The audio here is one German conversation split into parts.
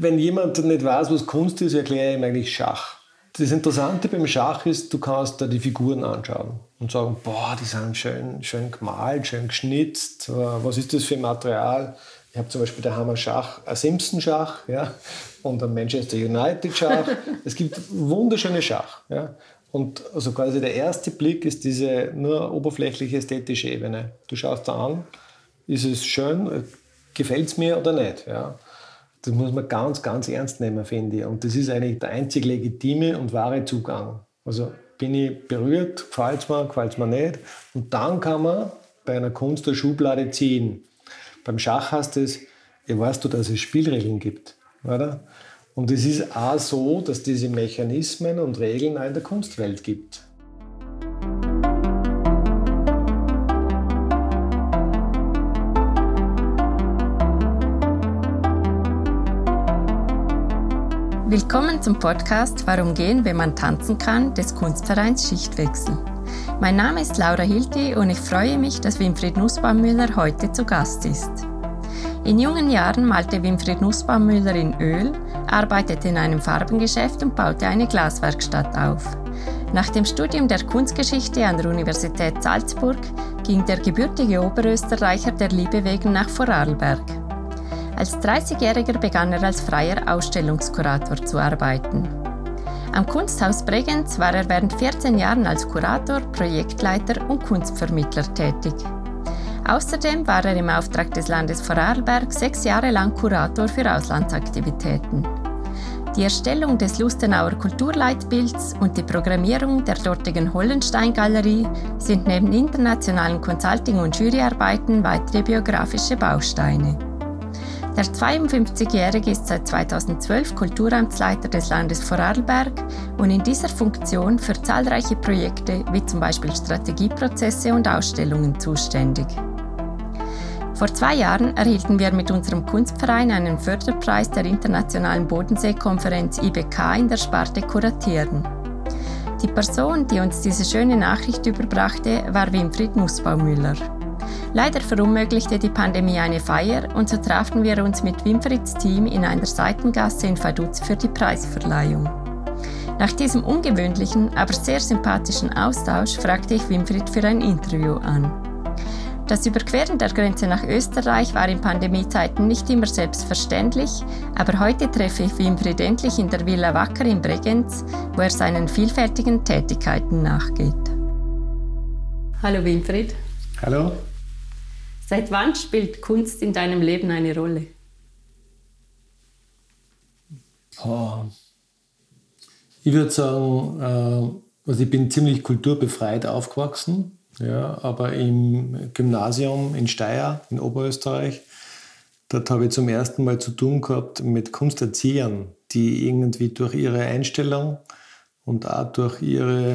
wenn jemand nicht weiß, was Kunst ist, erkläre ich ihm eigentlich Schach. Das Interessante beim Schach ist, du kannst da die Figuren anschauen und sagen, boah, die sind schön gemalt, schön geschnitzt. Was ist das für ein Material? Ich habe zum Beispiel daheim ein Simpson-Schach, ja, und ein Manchester United-Schach. Es gibt wunderschöne Schach. Ja. Und also quasi der erste Blick ist diese nur oberflächliche ästhetische Ebene. Du schaust da an, ist es schön, gefällt es mir oder nicht? Ja. Das muss man ganz, ganz ernst nehmen, finde ich. Und das ist eigentlich der einzig legitime und wahre Zugang. Also bin ich berührt, gefällt es mir nicht. Und dann kann man bei einer Kunst eine Schublade ziehen. Beim Schach heißt es, weißt du, dass es Spielregeln gibt. Oder? Und es ist auch so, dass es diese Mechanismen und Regeln auch in der Kunstwelt gibt. Willkommen zum Podcast Warum gehen, wenn man tanzen kann, des Kunstvereins Schichtwechsel. Mein Name ist Laura Hilti und ich freue mich, dass Winfried Nussbaumüller heute zu Gast ist. In jungen Jahren malte Winfried Nussbaumüller in Öl, arbeitete in einem Farbengeschäft und baute eine Glaswerkstatt auf. Nach dem Studium der Kunstgeschichte an der Universität Salzburg ging der gebürtige Oberösterreicher der Liebe wegen nach Vorarlberg. Als 30-Jähriger begann er als freier Ausstellungskurator zu arbeiten. Am Kunsthaus Bregenz war er während 14 Jahren als Kurator, Projektleiter und Kunstvermittler tätig. Außerdem war er im Auftrag des Landes Vorarlberg 6 Jahre lang Kurator für Auslandsaktivitäten. Die Erstellung des Lustenauer Kulturleitbilds und die Programmierung der dortigen Hollenstein-Galerie sind neben internationalen Consulting- und Juryarbeiten weitere biografische Bausteine. Der 52-Jährige ist seit 2012 Kulturamtsleiter des Landes Vorarlberg und in dieser Funktion für zahlreiche Projekte wie zum Beispiel Strategieprozesse und Ausstellungen zuständig. Vor 2 Jahren erhielten wir mit unserem Kunstverein einen Förderpreis der Internationalen Bodensee-Konferenz IBK in der Sparte Kuratieren. Die Person, die uns diese schöne Nachricht überbrachte, war Winfried Nussbaumüller. Leider verunmöglichte die Pandemie eine Feier und so trafen wir uns mit Winfrieds Team in einer Seitengasse in Vaduz für die Preisverleihung. Nach diesem ungewöhnlichen, aber sehr sympathischen Austausch fragte ich Winfried für ein Interview an. Das Überqueren der Grenze nach Österreich war in Pandemiezeiten nicht immer selbstverständlich, aber heute treffe ich Winfried endlich in der Villa Wacker in Bregenz, wo er seinen vielfältigen Tätigkeiten nachgeht. Hallo Winfried. Hallo. Seit wann spielt Kunst in deinem Leben eine Rolle? Ich würde sagen, also ich bin ziemlich kulturbefreit aufgewachsen, ja, aber im Gymnasium in Steyr, in Oberösterreich, dort habe ich zum ersten Mal zu tun gehabt mit Kunsterziehern, die irgendwie durch ihre Einstellung und auch durch ihren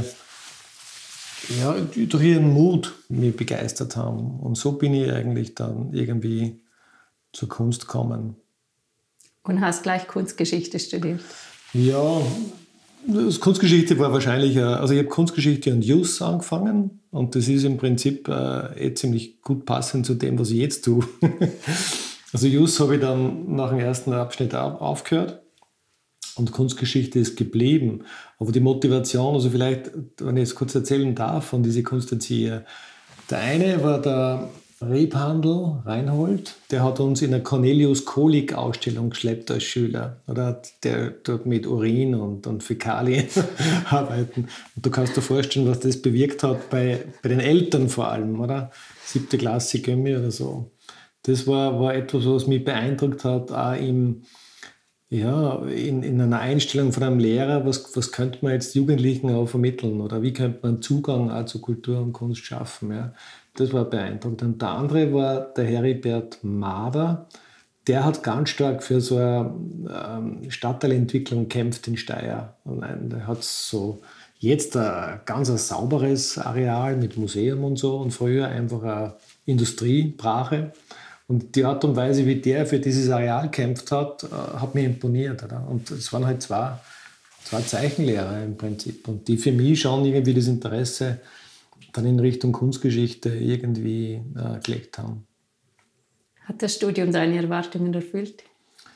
Mut mich begeistert haben. Und so bin ich eigentlich dann irgendwie zur Kunst gekommen. Und hast gleich Kunstgeschichte studiert? Ja, das Kunstgeschichte war wahrscheinlich, also ich habe Kunstgeschichte und Jus angefangen und das ist im Prinzip ziemlich gut passend zu dem, was ich jetzt tue. Also Jus habe ich dann nach dem ersten Abschnitt aufgehört. Und Kunstgeschichte ist geblieben. Aber die Motivation, also vielleicht, wenn ich es kurz erzählen darf, von diesen Kunsterzieher. Der eine war der Rebhandl Reinhold, der hat uns in eine Cornelius-Kohlig-Ausstellung geschleppt als Schüler. Oder der dort mit Urin und Fäkalien arbeiten. Und du kannst dir vorstellen, was das bewirkt hat bei den Eltern vor allem, oder? 7. Klasse Gymi oder so. Das war etwas, was mich beeindruckt hat, auch in einer Einstellung von einem Lehrer, was könnte man jetzt Jugendlichen auch vermitteln oder wie könnte man Zugang auch zu Kultur und Kunst schaffen. Ja. Das war beeindruckend. Und der andere war der Heribert Mader, der hat ganz stark für so eine Stadtteilentwicklung gekämpft in Steyr. Und der hat so jetzt ein ganz sauberes Areal mit Museum und so und früher einfach eine Industriebrache. Und die Art und Weise, wie der für dieses Areal gekämpft hat, hat mich imponiert. Oder? Und es waren halt zwei Zeichenlehrer im Prinzip. Und die für mich schon irgendwie das Interesse dann in Richtung Kunstgeschichte irgendwie gelegt haben. Hat das Studium deine Erwartungen erfüllt?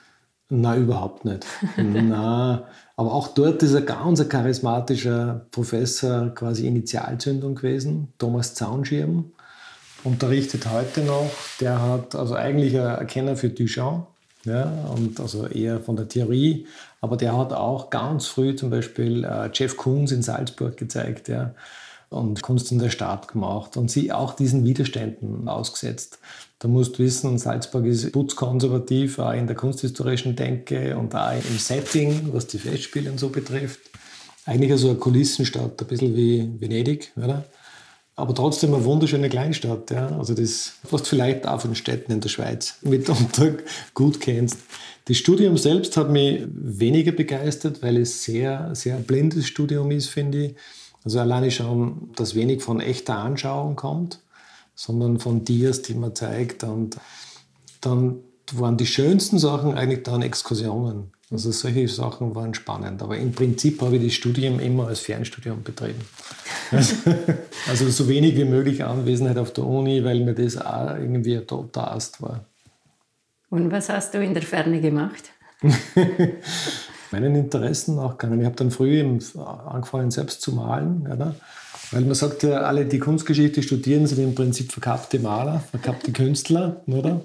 Nein, überhaupt nicht. Nein, aber auch dort ist ein ganz charismatischer Professor quasi Initialzündung gewesen, Thomas Zaunschirm, unterrichtet heute noch. Der hat also eigentlich ein Kenner für Duchamp, ja, und also eher von der Theorie, aber der hat auch ganz früh zum Beispiel Jeff Koons in Salzburg gezeigt, ja, und Kunst in der Stadt gemacht und sie auch diesen Widerständen ausgesetzt. Da musst du wissen, Salzburg ist putzkonservativ, auch in der kunsthistorischen Denke und auch im Setting, was die Festspiele und so betrifft. Eigentlich also eine Kulissenstadt, ein bisschen wie Venedig, oder? Aber trotzdem eine wunderschöne Kleinstadt. Ja? Also das, was du vielleicht auch von Städten in der Schweiz mitunter gut kennst. Das Studium selbst hat mich weniger begeistert, weil es sehr, sehr blindes Studium ist, finde ich. Also alleine schon, dass wenig von echter Anschauung kommt, sondern von Dias, die man zeigt. Und dann waren die schönsten Sachen eigentlich dann Exkursionen. Also solche Sachen waren spannend. Aber im Prinzip habe ich das Studium immer als Fernstudium betrieben. Also so wenig wie möglich Anwesenheit auf der Uni, weil mir das auch irgendwie ein toter Ast war. Und was hast du in der Ferne gemacht? Meinen Interessen nachgegangen. Ich habe dann früh angefangen, selbst zu malen. Oder? Weil man sagt ja, alle, die Kunstgeschichte studieren, sind im Prinzip verkappte Maler, verkappte Künstler, oder?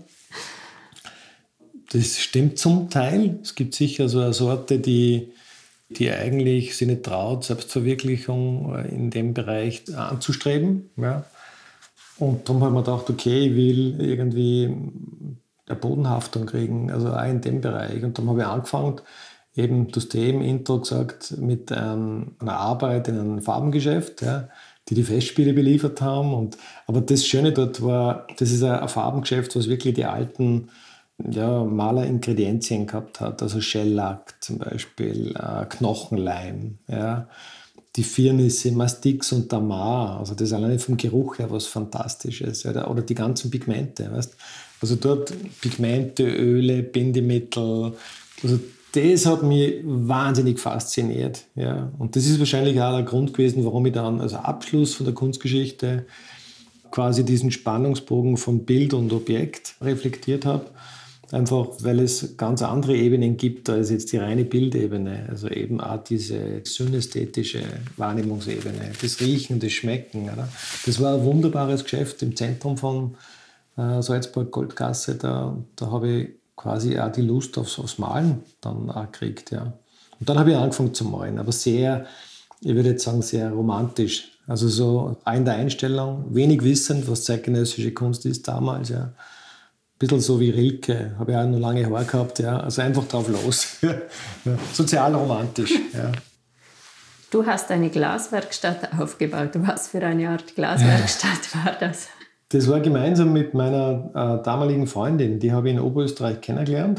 Das stimmt zum Teil. Es gibt sicher so eine Sorte, die eigentlich sich nicht traut, Selbstverwirklichung in dem Bereich anzustreben. Ja. Und darum habe ich mir gedacht, okay, ich will irgendwie eine Bodenhaftung kriegen, also auch in dem Bereich. Und dann habe ich angefangen, eben, du hast im Intro gesagt, mit einer Arbeit in einem Farbengeschäft, ja, die Festspiele beliefert haben. Aber das Schöne dort war, das ist ein Farbengeschäft, was wirklich die alten Maleringredienzien gehabt hat. Also Schellack zum Beispiel, Knochenleim, ja, die Firnisse, Mastix und Damar. Also das ist alleine vom Geruch her was Fantastisches. Ja, oder die ganzen Pigmente. Weißt? Also dort Pigmente, Öle, Bindemittel, also das hat mich wahnsinnig fasziniert. Ja. Und das ist wahrscheinlich auch der Grund gewesen, warum ich dann als Abschluss von der Kunstgeschichte quasi diesen Spannungsbogen von Bild und Objekt reflektiert habe. Einfach, weil es ganz andere Ebenen gibt als jetzt die reine Bildebene. Also eben auch diese synästhetische Wahrnehmungsebene, das Riechen, das Schmecken. Oder? Das war ein wunderbares Geschäft im Zentrum von Salzburg-Goldgasse. Da habe ich quasi auch die Lust aufs Malen dann auch gekriegt. Ja. Und dann habe ich angefangen zu malen, aber sehr, ich würde jetzt sagen, sehr romantisch. Also so in der Einstellung, wenig wissend, was zeitgenössische Kunst ist damals. Ja. Ein bisschen so wie Rilke, habe ich auch noch lange Haare gehabt. Ja. Also einfach drauf los. Ja. Sozialromantisch. Ja. Du hast eine Glaswerkstatt aufgebaut. Was für eine Art Glaswerkstatt war das? Das war gemeinsam mit meiner damaligen Freundin, die habe ich in Oberösterreich kennengelernt,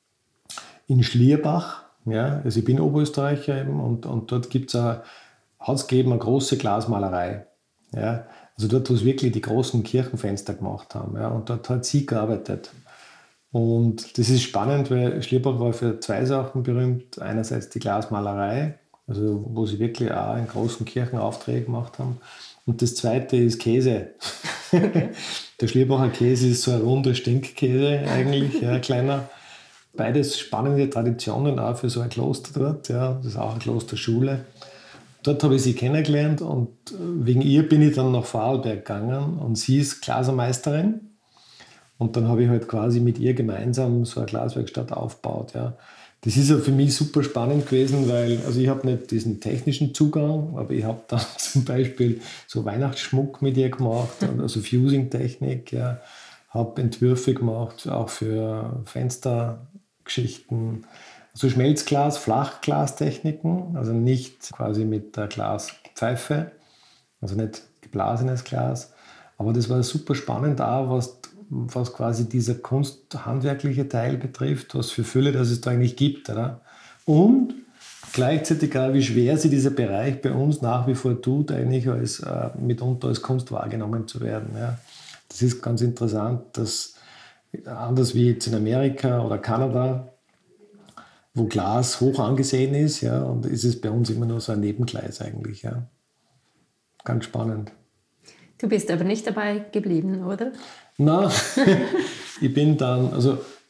in Schlierbach. Ja, also ich bin Oberösterreicher eben und dort hat es eine große Glasmalerei. Ja, also dort, wo es wirklich die großen Kirchenfenster gemacht haben. Ja, und dort hat sie gearbeitet. Und das ist spannend, weil Schlierbach war für zwei Sachen berühmt. Einerseits die Glasmalerei, also wo sie wirklich auch in großen Kirchen Aufträge gemacht haben. Und das zweite ist Käse. Okay. Der Schlierbacher Käse ist so ein runder Stinkkäse eigentlich, ja, kleiner. Beides spannende Traditionen auch für so ein Kloster dort. Ja. Das ist auch eine Klosterschule. Dort habe ich sie kennengelernt und wegen ihr bin ich dann nach Vorarlberg gegangen und sie ist Glasermeisterin. Und dann habe ich halt quasi mit ihr gemeinsam so eine Glaswerkstatt aufgebaut. Ja. Das ist ja für mich super spannend gewesen, weil also ich habe nicht diesen technischen Zugang, aber ich habe dann zum Beispiel so Weihnachtsschmuck mit ihr gemacht, also Fusing-Technik, ja, habe Entwürfe gemacht, auch für Fenstergeschichten, also Schmelzglas, Flachglastechniken, also nicht quasi mit der Glaspfeife, also nicht geblasenes Glas, aber das war super spannend auch, was quasi dieser kunsthandwerkliche Teil betrifft, was für Fülle das es da eigentlich gibt. Oder? Und gleichzeitig auch, wie schwer sich dieser Bereich bei uns nach wie vor tut, eigentlich mitunter als Kunst wahrgenommen zu werden. Ja. Das ist ganz interessant, dass anders wie jetzt in Amerika oder Kanada, wo Glas hoch angesehen ist, ja, und ist es bei uns immer nur so ein Nebengleis eigentlich. Ja. Ganz spannend. Du bist aber nicht dabei geblieben, oder? Na, ich bin dann, also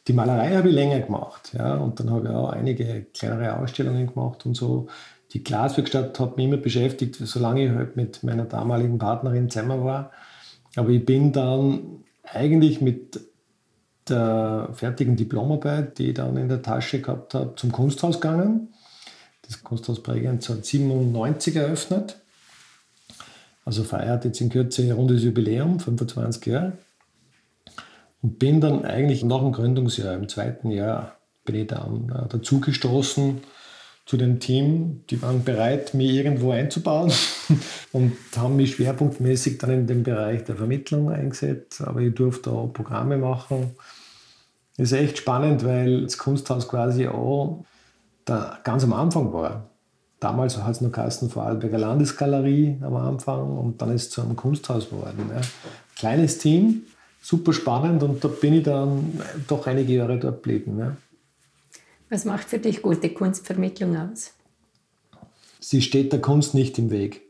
Die Malerei habe ich länger gemacht. Ja, und dann habe ich auch einige kleinere Ausstellungen gemacht und so. Die Glaswerkstatt hat mich immer beschäftigt, solange ich halt mit meiner damaligen Partnerin zusammen war. Aber ich bin dann eigentlich mit der fertigen Diplomarbeit, die ich dann in der Tasche gehabt habe, zum Kunsthaus gegangen. Das Kunsthaus Bregenz hat 1997 eröffnet. Also feiert jetzt in Kürze ein rundes Jubiläum, 25 Jahre. Und bin dann eigentlich nach dem Gründungsjahr, im 2. Jahr, bin ich dann dazugestoßen zu dem Team. Die waren bereit, mich irgendwo einzubauen und haben mich schwerpunktmäßig dann in den Bereich der Vermittlung eingesetzt. Aber ich durfte auch Programme machen. Das ist echt spannend, weil das Kunsthaus quasi auch da ganz am Anfang war. Damals hat es noch geheißen, Vorarlberger Landesgalerie am Anfang und dann ist es zu einem Kunsthaus geworden. Ja. Kleines Team, super spannend und da bin ich dann doch einige Jahre dort geblieben. Ja. Was macht für dich gute Kunstvermittlung aus? Sie steht der Kunst nicht im Weg.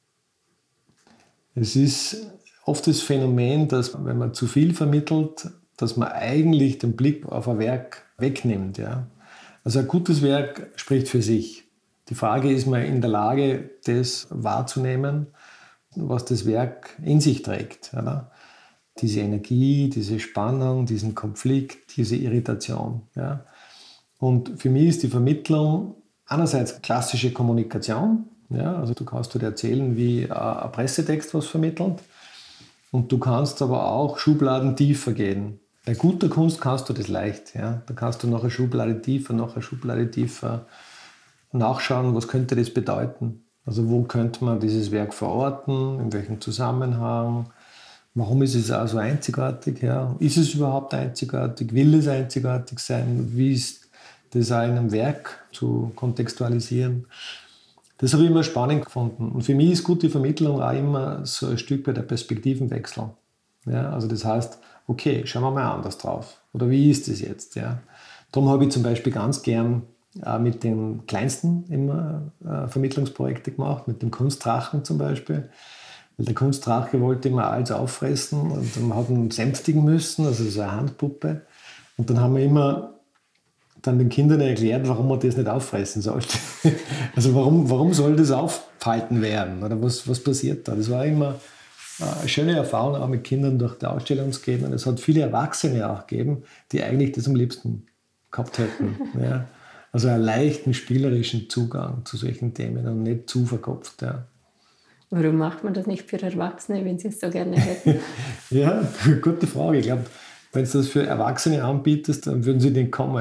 Es ist oft das Phänomen, dass wenn man zu viel vermittelt, dass man eigentlich den Blick auf ein Werk wegnimmt. Ja. Also ein gutes Werk spricht für sich. Die Frage, ist man in der Lage, das wahrzunehmen, was das Werk in sich trägt. Oder? Diese Energie, diese Spannung, diesen Konflikt, diese Irritation. Ja? Und für mich ist die Vermittlung einerseits klassische Kommunikation. Ja? Also du kannst dir erzählen, wie ein Pressetext was vermittelt. Und du kannst aber auch Schubladen tiefer gehen. Bei guter Kunst kannst du das leicht. Ja? Da kannst du noch eine Schublade tiefer nachschauen, was könnte das bedeuten. Also wo könnte man dieses Werk verorten, in welchem Zusammenhang, warum ist es auch so einzigartig? Ja? Ist es überhaupt einzigartig? Will es einzigartig sein? Wie ist das auch in einem Werk zu kontextualisieren? Das habe ich immer spannend gefunden. Und für mich ist gute Vermittlung auch immer so ein Stück bei der Perspektivenwechsel. Ja? Also das heißt, okay, schauen wir mal anders drauf. Oder wie ist das jetzt? Ja? Darum habe ich zum Beispiel ganz gern mit den Kleinsten immer Vermittlungsprojekte gemacht, mit dem Kunstdrachen zum Beispiel. Weil der Kunstdrache wollte immer alles auffressen und man hat ihn sänftigen müssen, also so eine Handpuppe. Und dann haben wir immer dann den Kindern erklärt, warum man das nicht auffressen sollte. Also warum soll das aufgehalten werden? Oder was passiert da? Das war immer eine schöne Erfahrung, auch mit Kindern durch die Ausstellung zu gehen. Und es hat viele Erwachsene auch gegeben, die eigentlich das am liebsten gehabt hätten. Ja. Also einen leichten, spielerischen Zugang zu solchen Themen und nicht zu verkopft. Ja. Warum macht man das nicht für Erwachsene, wenn sie es so gerne hätten? Ja, gute Frage. Ich glaube, wenn du das für Erwachsene anbietest, dann würden sie nicht kommen.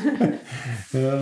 Ja,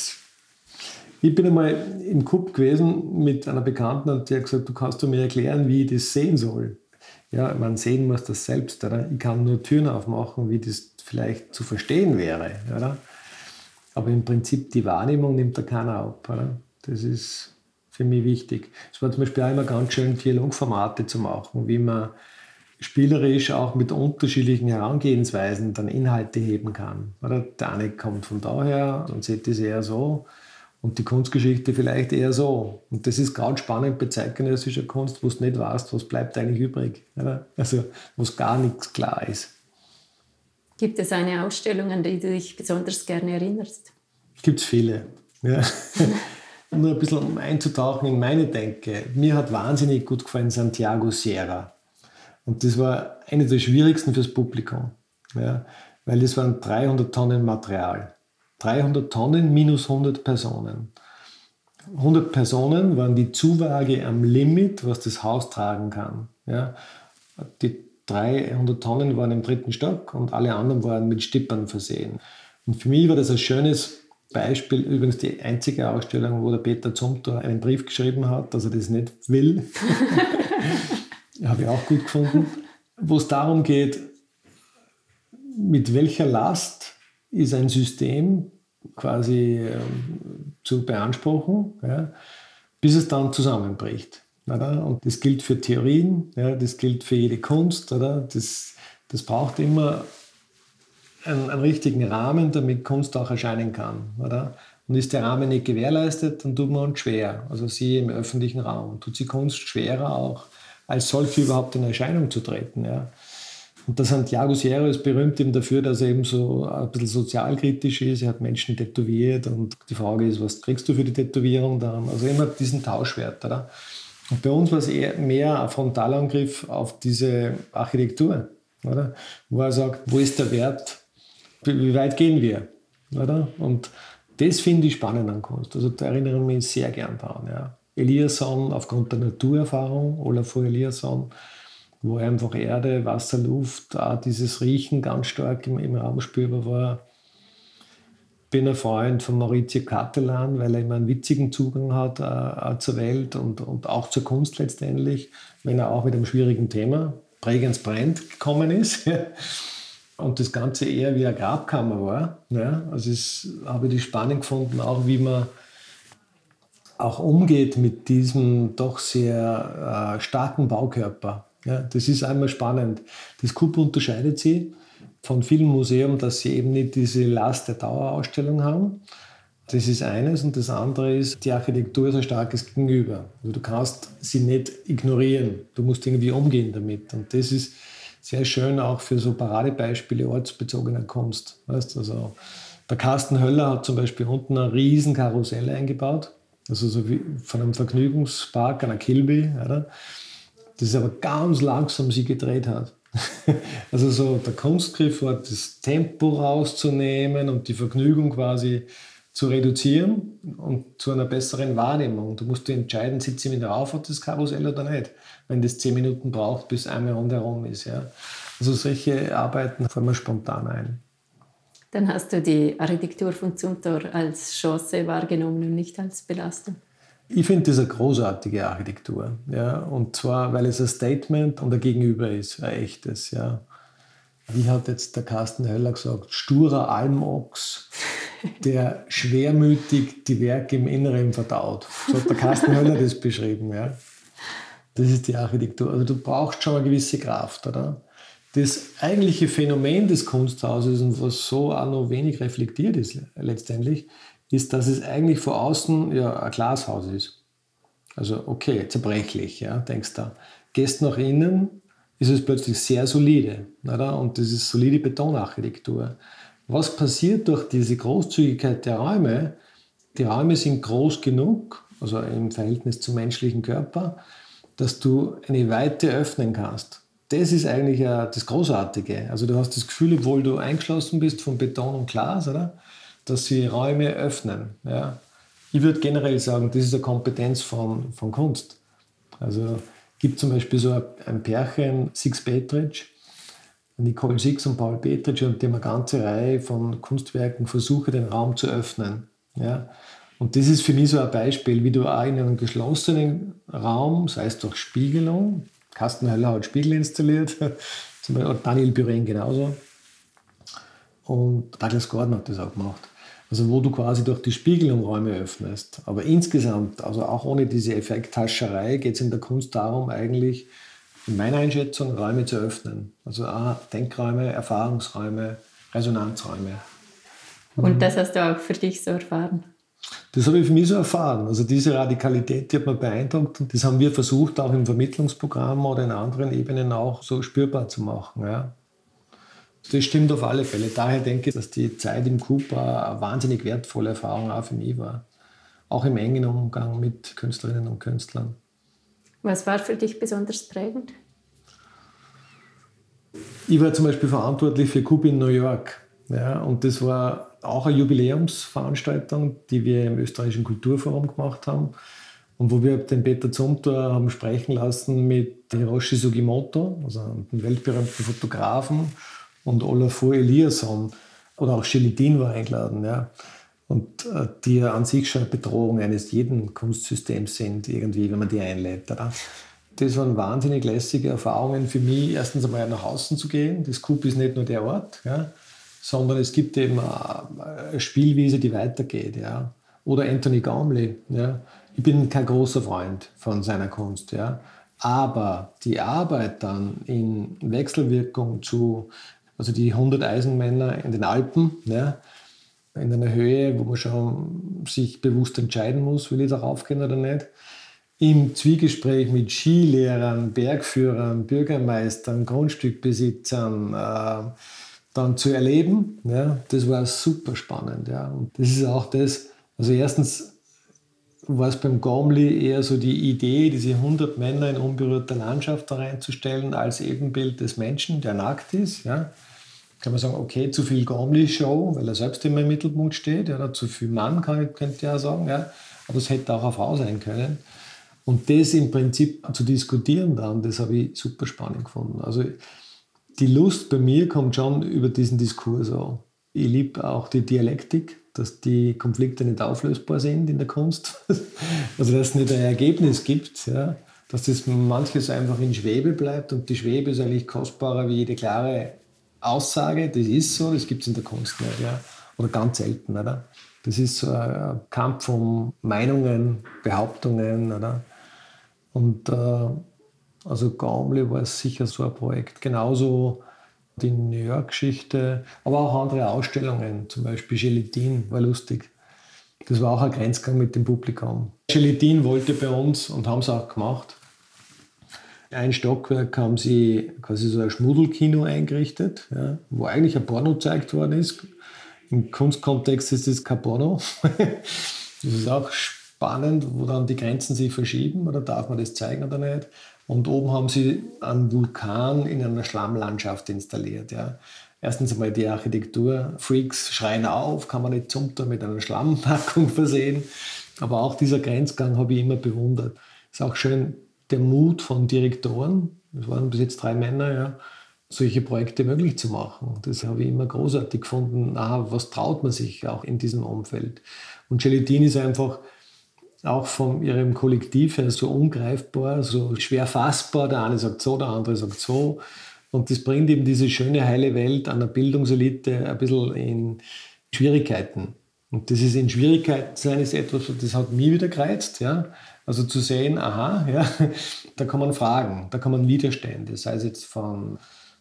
ich bin einmal im Cup gewesen mit einer Bekannten und die hat gesagt, du kannst mir erklären, wie ich das sehen soll. Ja, man sehen muss das selbst. Oder? Ich kann nur Türen aufmachen, wie das vielleicht zu verstehen wäre. Oder? Aber im Prinzip die Wahrnehmung nimmt da keiner ab. Oder? Das ist für mich wichtig. Es war zum Beispiel auch immer ganz schön, Dialogformate zu machen, wie man spielerisch auch mit unterschiedlichen Herangehensweisen dann Inhalte heben kann. Oder? Der eine kommt von daher und sieht das eher so und die Kunstgeschichte vielleicht eher so. Und das ist gerade spannend bei zeitgenössischer Kunst, wo du nicht weißt, was bleibt eigentlich übrig. Oder? Also wo es gar nichts klar ist. Gibt es eine Ausstellung, an die du dich besonders gerne erinnerst? Gibt es viele. Ja. Nur ein bisschen um einzutauchen in meine Denke. Mir hat wahnsinnig gut gefallen Santiago Sierra. Und das war eine der schwierigsten fürs Publikum. Ja, weil das waren 300 Tonnen Material. 300 Tonnen minus 100 Personen. 100 Personen waren die Zuwaage am Limit, was das Haus tragen kann. Ja, die 300 Tonnen waren im 3. Stock und alle anderen waren mit Stippern versehen. Und für mich war das ein schönes Beispiel, übrigens die einzige Ausstellung, wo der Peter Zumthor einen Brief geschrieben hat, dass er das nicht will. Habe ich auch gut gefunden. Wo es darum geht, mit welcher Last ist ein System quasi zu beanspruchen, ja, bis es dann zusammenbricht. Oder? Und das gilt für Theorien, ja, das gilt für jede Kunst. Oder? Das braucht immer einen richtigen Rahmen, damit Kunst auch erscheinen kann. Oder? Und ist der Rahmen nicht gewährleistet, dann tut man uns schwer. Also sie im öffentlichen Raum. Tut sie Kunst schwerer auch, als solche überhaupt in Erscheinung zu treten. Ja? Und der Santiago Sierra ist berühmt eben dafür, dass er eben so ein bisschen sozialkritisch ist. Er hat Menschen tätowiert und die Frage ist, was kriegst du für die Tätowierung dann? Also immer diesen Tauschwert, oder? Und bei uns war es eher mehr ein Frontalangriff auf diese Architektur, oder? Wo er sagt, wo ist der Wert? Wie weit gehen wir? Oder? Und das finde ich spannend an Kunst. Also da erinnere ich mich sehr gern dran. Ja. Eliasson aufgrund der Naturerfahrung, Olafur Eliasson, wo einfach Erde, Wasser, Luft, auch dieses Riechen ganz stark im Raum spürbar war. Bin ein Freund von Maurizio Cattelan, weil er immer einen witzigen Zugang hat zur Welt und auch zur Kunst letztendlich, wenn er auch mit einem schwierigen Thema, Bregenz brennt, gekommen ist. Und das Ganze eher wie eine Grabkammer war. Ja, also habe ich die Spannung gefunden, auch wie man auch umgeht mit diesem doch sehr starken Baukörper. Ja, das ist einmal spannend. Das Coop unterscheidet sich von vielen Museen, dass sie eben nicht diese Last der Dauerausstellung haben. Das ist eines. Und das andere ist, die Architektur ist ein starkes Gegenüber. Also du kannst sie nicht ignorieren. Du musst irgendwie umgehen damit. Und das ist sehr schön auch für so Paradebeispiele ortsbezogener Kunst. Weißt? Also der Carsten Höller hat zum Beispiel unten ein riesen Karussell eingebaut. Also so wie von einem Vergnügungspark, einer Kilby, oder? Das aber ganz langsam sich gedreht hat. Also so der Kunstgriff war, das Tempo rauszunehmen und die Vergnügung quasi zu reduzieren und zu einer besseren Wahrnehmung. Du musst dir entscheiden, sitze ich wieder auf auf das Karussell oder nicht, wenn das 10 Minuten braucht, bis einmal rundherum ist. Ja. Also solche Arbeiten fallen mir spontan ein. Dann hast du die Architektur von Zumthor als Chance wahrgenommen und nicht als Belastung. Ich finde das eine großartige Architektur. Ja? Und zwar, weil es ein Statement und ein Gegenüber ist, ein echtes. Ja? Wie hat jetzt der Carsten Höller gesagt? Sturer Almochs, der schwermütig die Werke im Inneren verdaut. So hat der Carsten Höller das beschrieben. Ja? Das ist die Architektur. Also du brauchst schon eine gewisse Kraft, oder? Das eigentliche Phänomen des Kunsthauses und was so auch noch wenig reflektiert ist letztendlich, ist, dass es eigentlich von außen ja ein Glashaus ist. Also okay, zerbrechlich, ja, denkst du. Gehst nach innen, ist es plötzlich sehr solide, oder? Und das ist solide Betonarchitektur. Was passiert durch diese Großzügigkeit der Räume? Die Räume sind groß genug, also im Verhältnis zum menschlichen Körper, dass du eine Weite öffnen kannst. Das ist eigentlich das Großartige. Also du hast das Gefühl, obwohl du eingeschlossen bist von Beton und Glas, oder? Dass sie Räume öffnen. Ja. Ich würde generell sagen, das ist eine Kompetenz von Kunst. Also gibt zum Beispiel so ein Pärchen, Six Petric, Nicole Six und Paul Petric, und die haben eine ganze Reihe von Kunstwerken, Versuche, den Raum zu öffnen. Ja. Und das ist für mich so ein Beispiel, wie du auch in einem geschlossenen Raum, sei es durch Spiegelung, Carsten Höller hat Spiegel installiert, zum Beispiel Daniel Buren genauso, und Douglas Gordon hat das auch gemacht. Also wo du quasi durch die Spiegelung Räume öffnest. Aber insgesamt, also auch ohne diese Effekthascherei, geht es in der Kunst darum, eigentlich in meiner Einschätzung Räume zu öffnen. Also Denkräume, Erfahrungsräume, Resonanzräume. Und das hast du auch für dich so erfahren? Das habe ich für mich so erfahren. Also diese Radikalität, die hat mich beeindruckt. Und das haben wir versucht, auch im Vermittlungsprogramm oder in anderen Ebenen auch so spürbar zu machen. Ja. Das stimmt auf alle Fälle. Daher denke ich, dass die Zeit im Coop eine wahnsinnig wertvolle Erfahrung auch für mich war. Auch im engen Umgang mit Künstlerinnen und Künstlern. Was war für dich besonders prägend? Ich war zum Beispiel verantwortlich für Coop in New York. Ja, und das war auch eine Jubiläumsveranstaltung, die wir im Österreichischen Kulturforum gemacht haben. Und wo wir den Peter Zumthor haben sprechen lassen mit Hiroshi Sugimoto, also einem weltberühmten Fotografen, und Olafur Eliasson, oder auch Shelidin war eingeladen, ja. Und die ja an sich schon eine Bedrohung eines jeden Kunstsystems sind, irgendwie, wenn man die einlädt. Oder? Das waren wahnsinnig lässige Erfahrungen für mich, erstens einmal nach außen zu gehen. Das Coop ist nicht nur der Ort, ja, sondern es gibt eben eine Spielwiese, die weitergeht. Ja. Oder Anthony Gormley. Ja. Ich bin kein großer Freund von seiner Kunst, ja. Aber die Arbeit dann in Wechselwirkung zu, also die 100 Eisenmänner in den Alpen, ja, in einer Höhe, wo man schon sich bewusst entscheiden muss, will ich darauf gehen oder nicht. im Zwiegespräch mit Skilehrern, Bergführern, Bürgermeistern, Grundstückbesitzern dann zu erleben, ja, das war super spannend. Ja. Und das ist auch das, also erstens war es beim Gormley eher so die Idee, diese 100 Männer in unberührter Landschaft da reinzustellen als Ebenbild des Menschen, der nackt ist. Ja. Kann man sagen, okay, zu viel Gormley-Show, weil er selbst immer im Mittelpunkt steht, ja, oder zu viel Mann, könnte ich ja sagen, ja. Aber es hätte auch eine Frau sein können. Und das im Prinzip zu diskutieren dann, das habe ich super spannend gefunden. Also die Lust bei mir kommt schon über diesen Diskurs an. Ich liebe auch die Dialektik, dass die Konflikte nicht auflösbar sind in der Kunst. Also dass es nicht ein Ergebnis gibt, ja. Dass das manches einfach in Schwebe bleibt und die Schwebe ist eigentlich kostbarer wie jede klare Aussage. Das ist so, das gibt es in der Kunst nicht, ja. Oder ganz selten, oder? Das ist so ein Kampf um Meinungen, Behauptungen, oder? Und also Gormley war sicher so ein Projekt. Genauso die New York-Geschichte, aber auch andere Ausstellungen, zum Beispiel Gelatin war lustig. Das war auch ein Grenzgang mit dem Publikum. Gelatin wollte bei uns, und haben es auch gemacht, ein Stockwerk haben sie quasi so ein Schmuddelkino eingerichtet, ja, wo eigentlich ein Porno gezeigt worden ist. Im Kunstkontext ist das kein Porno. Das ist auch spannend, wo dann die Grenzen sich verschieben, oder darf man das zeigen oder nicht. Und oben haben sie einen Vulkan in einer Schlammlandschaft installiert. Ja. Erstens einmal die Architektur. Freaks schreien auf, kann man nicht zum mit einer Schlammpackung versehen. Aber auch dieser Grenzgang habe ich immer bewundert. Ist auch schön der Mut von Direktoren, es waren bis jetzt 3 Männer, ja, solche Projekte möglich zu machen. Das habe ich immer großartig gefunden. Was traut man sich auch in diesem Umfeld? Und Gelatin ist einfach auch von ihrem Kollektiv her so ungreifbar, so schwer fassbar. Der eine sagt so, der andere sagt so. Und das bringt eben diese schöne, heile Welt einer Bildungselite ein bisschen in Schwierigkeiten. Und das ist in Schwierigkeiten sein, ist etwas, das hat mich wieder gereizt. Ja? Also zu sehen, aha, ja, da kann man fragen, da kann man Widerstände, sei es jetzt von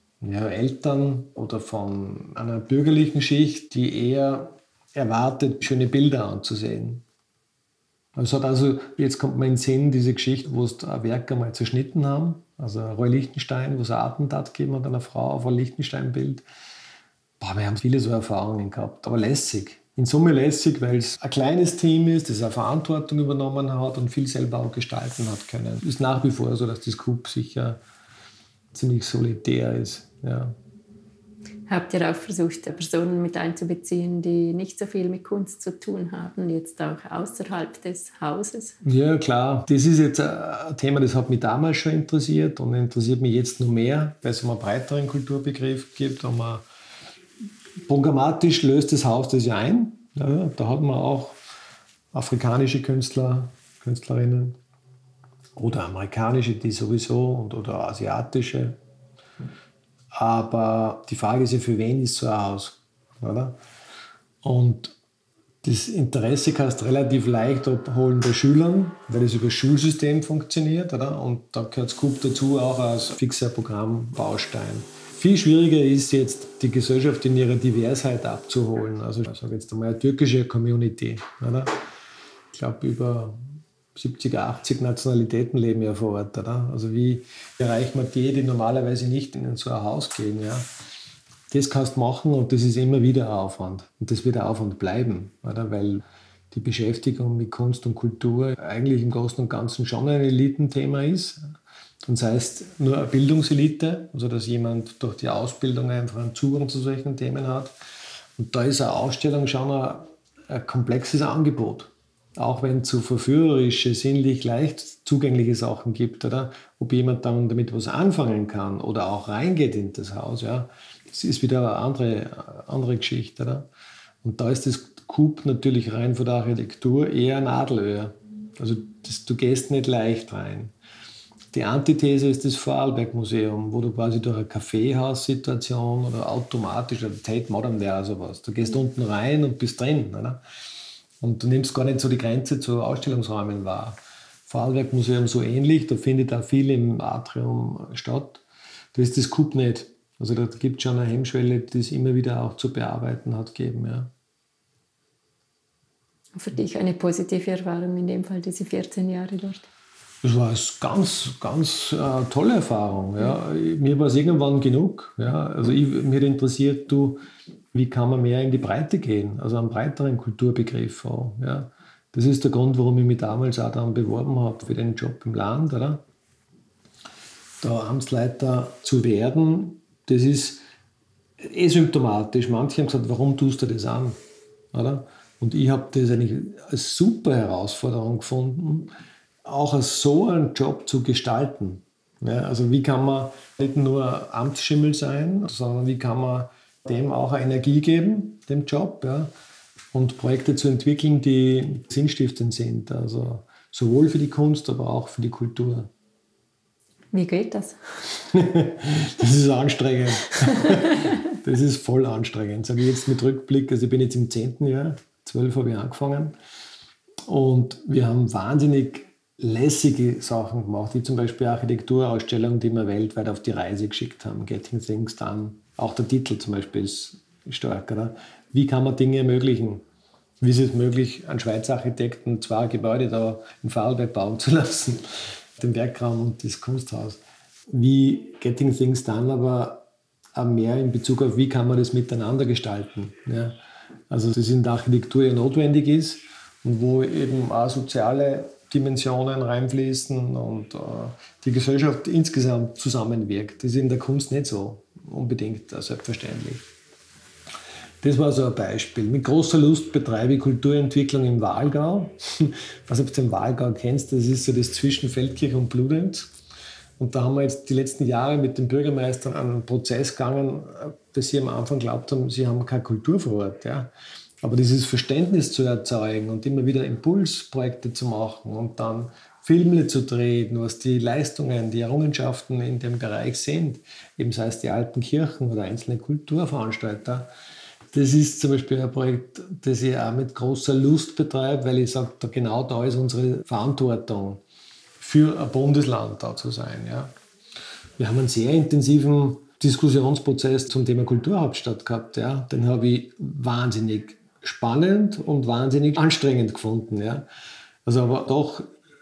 Eltern oder von einer bürgerlichen Schicht, die eher erwartet, schöne Bilder anzusehen. Es hat also, jetzt kommt mir in den Sinn, diese Geschichte, wo es ein Werk einmal zerschnitten haben, also Roy Lichtenstein, wo es ein Attentat gegeben hat, einer Frau auf ein Lichtenstein-Bild. Wir haben viele so Erfahrungen gehabt, aber lässig. In Summe lässig, weil es ein kleines Team ist, das eine Verantwortung übernommen hat und viel selber auch gestalten hat können. Es ist nach wie vor so, dass das Coup sicher ziemlich solitär ist. Ja. Habt ihr auch versucht, Personen mit einzubeziehen, die nicht so viel mit Kunst zu tun haben, jetzt auch außerhalb des Hauses? Ja, klar. Das ist jetzt ein Thema, das hat mich damals schon interessiert und interessiert mich jetzt noch mehr, weil es um einen breiteren Kulturbegriff gibt. Programmatisch löst das Haus das ja ein. Ja, da hat man auch afrikanische Künstler, Künstlerinnen oder amerikanische, die sowieso, oder asiatische. Aber die Frage ist ja, für wen ist so ein Haus? Oder? Und das Interesse kannst du relativ leicht abholen bei Schülern, weil das über das Schulsystem funktioniert. Oder? Und da gehört das Coup dazu auch als fixer Programmbaustein. Viel schwieriger ist jetzt, die Gesellschaft in ihrer Diversheit abzuholen. Also ich sage jetzt einmal eine türkische Community. Oder? Ich glaube, über 70, 80 Nationalitäten leben ja vor Ort. Oder? Also wie erreicht man die normalerweise nicht in so ein Haus gehen? Ja? Das kannst du machen und das ist immer wieder Aufwand. Und das wird ein Aufwand bleiben, oder? Weil die Beschäftigung mit Kunst und Kultur eigentlich im Großen und Ganzen schon ein Elitenthema ist. Und das heißt, nur eine Bildungselite, also dass jemand durch die Ausbildung einfach einen Zugang zu solchen Themen hat. Und da ist eine Ausstellung schon ein komplexes Angebot. Auch wenn es so verführerische, sinnlich leicht zugängliche Sachen gibt, oder? Ob jemand dann damit was anfangen kann oder auch reingeht in das Haus, ja, das ist wieder eine andere Geschichte. Oder? Und da ist das Coup natürlich rein von der Architektur eher Nadelöhr. Also du gehst nicht leicht rein. Die Antithese ist das Vorarlberg-Museum, wo du quasi durch eine Kaffeehaussituation oder automatisch, oder Tate Modern wäre sowas, du gehst unten rein und bist drin. Oder? Und du nimmst gar nicht so die Grenze zu Ausstellungsräumen wahr. Vorarlberg-Museum so ähnlich, da findet auch viel im Atrium statt. Da ist das Coup nicht. Also da gibt es schon eine Hemmschwelle, die es immer wieder auch zu bearbeiten hat gegeben. Ja. Für dich eine positive Erfahrung in dem Fall, diese 14 Jahre dort? Das war eine ganz, ganz tolle Erfahrung. Ja. Mir war es irgendwann genug. Ja. Also mir hat interessiert, wie kann man mehr in die Breite gehen, also einen breiteren Kulturbegriff auch. Ja. Das ist der Grund, warum ich mich damals auch dann beworben habe für den Job im Land. Oder? Da Amtsleiter zu werden, das ist symptomatisch. Manche haben gesagt, warum tust du das an? Oder? Und ich habe das eigentlich als super Herausforderung gefunden, auch als so einen Job zu gestalten. Ja, also wie kann man nicht nur Amtsschimmel sein, sondern wie kann man dem auch eine Energie geben, dem Job, ja, und Projekte zu entwickeln, die sinnstiftend sind. Also sowohl für die Kunst, aber auch für die Kultur. Wie geht das? Das ist anstrengend. Das ist voll anstrengend. Sage ich jetzt mit Rückblick, also ich bin jetzt im 10. Jahr, 12 habe ich angefangen. Und wir haben wahnsinnig lässige Sachen gemacht, wie zum Beispiel Architekturausstellungen, die wir weltweit auf die Reise geschickt haben. Getting Things Done. Auch der Titel zum Beispiel ist stark. Oder? Wie kann man Dinge ermöglichen? Wie ist es möglich, einen Schweizer Architekten 2 Gebäude da in Vorarlberg bauen zu lassen? Den Werkraum und das Kunsthaus. Wie Getting Things Done, aber auch mehr in Bezug auf, wie kann man das miteinander gestalten. Ja? Also das in der Architektur ja notwendig ist und wo eben auch soziale Dimensionen reinfließen und die Gesellschaft insgesamt zusammenwirkt. Das ist in der Kunst nicht so unbedingt selbstverständlich. Das war so ein Beispiel. Mit großer Lust betreibe ich Kulturentwicklung im Walgau. Ich weiß nicht, ob du den Walgau kennst, das ist so das zwischen Feldkirch und Bludenz. Und da haben wir jetzt die letzten Jahre mit den Bürgermeistern einen Prozess gegangen, dass sie am Anfang glaubt haben, sie haben keine Kultur vor Ort. Ja. Aber dieses Verständnis zu erzeugen und immer wieder Impulsprojekte zu machen und dann Filme zu drehen, was die Leistungen, die Errungenschaften in dem Bereich sind, eben sei es die alten Kirchen oder einzelne Kulturveranstalter. Das ist zum Beispiel ein Projekt, das ich auch mit großer Lust betreibe, weil ich sage, genau da ist unsere Verantwortung, für ein Bundesland da zu sein. Ja. Wir haben einen sehr intensiven Diskussionsprozess zum Thema Kulturhauptstadt gehabt. Ja. Den habe ich wahnsinnig spannend und wahnsinnig anstrengend gefunden. Ja. Also aber doch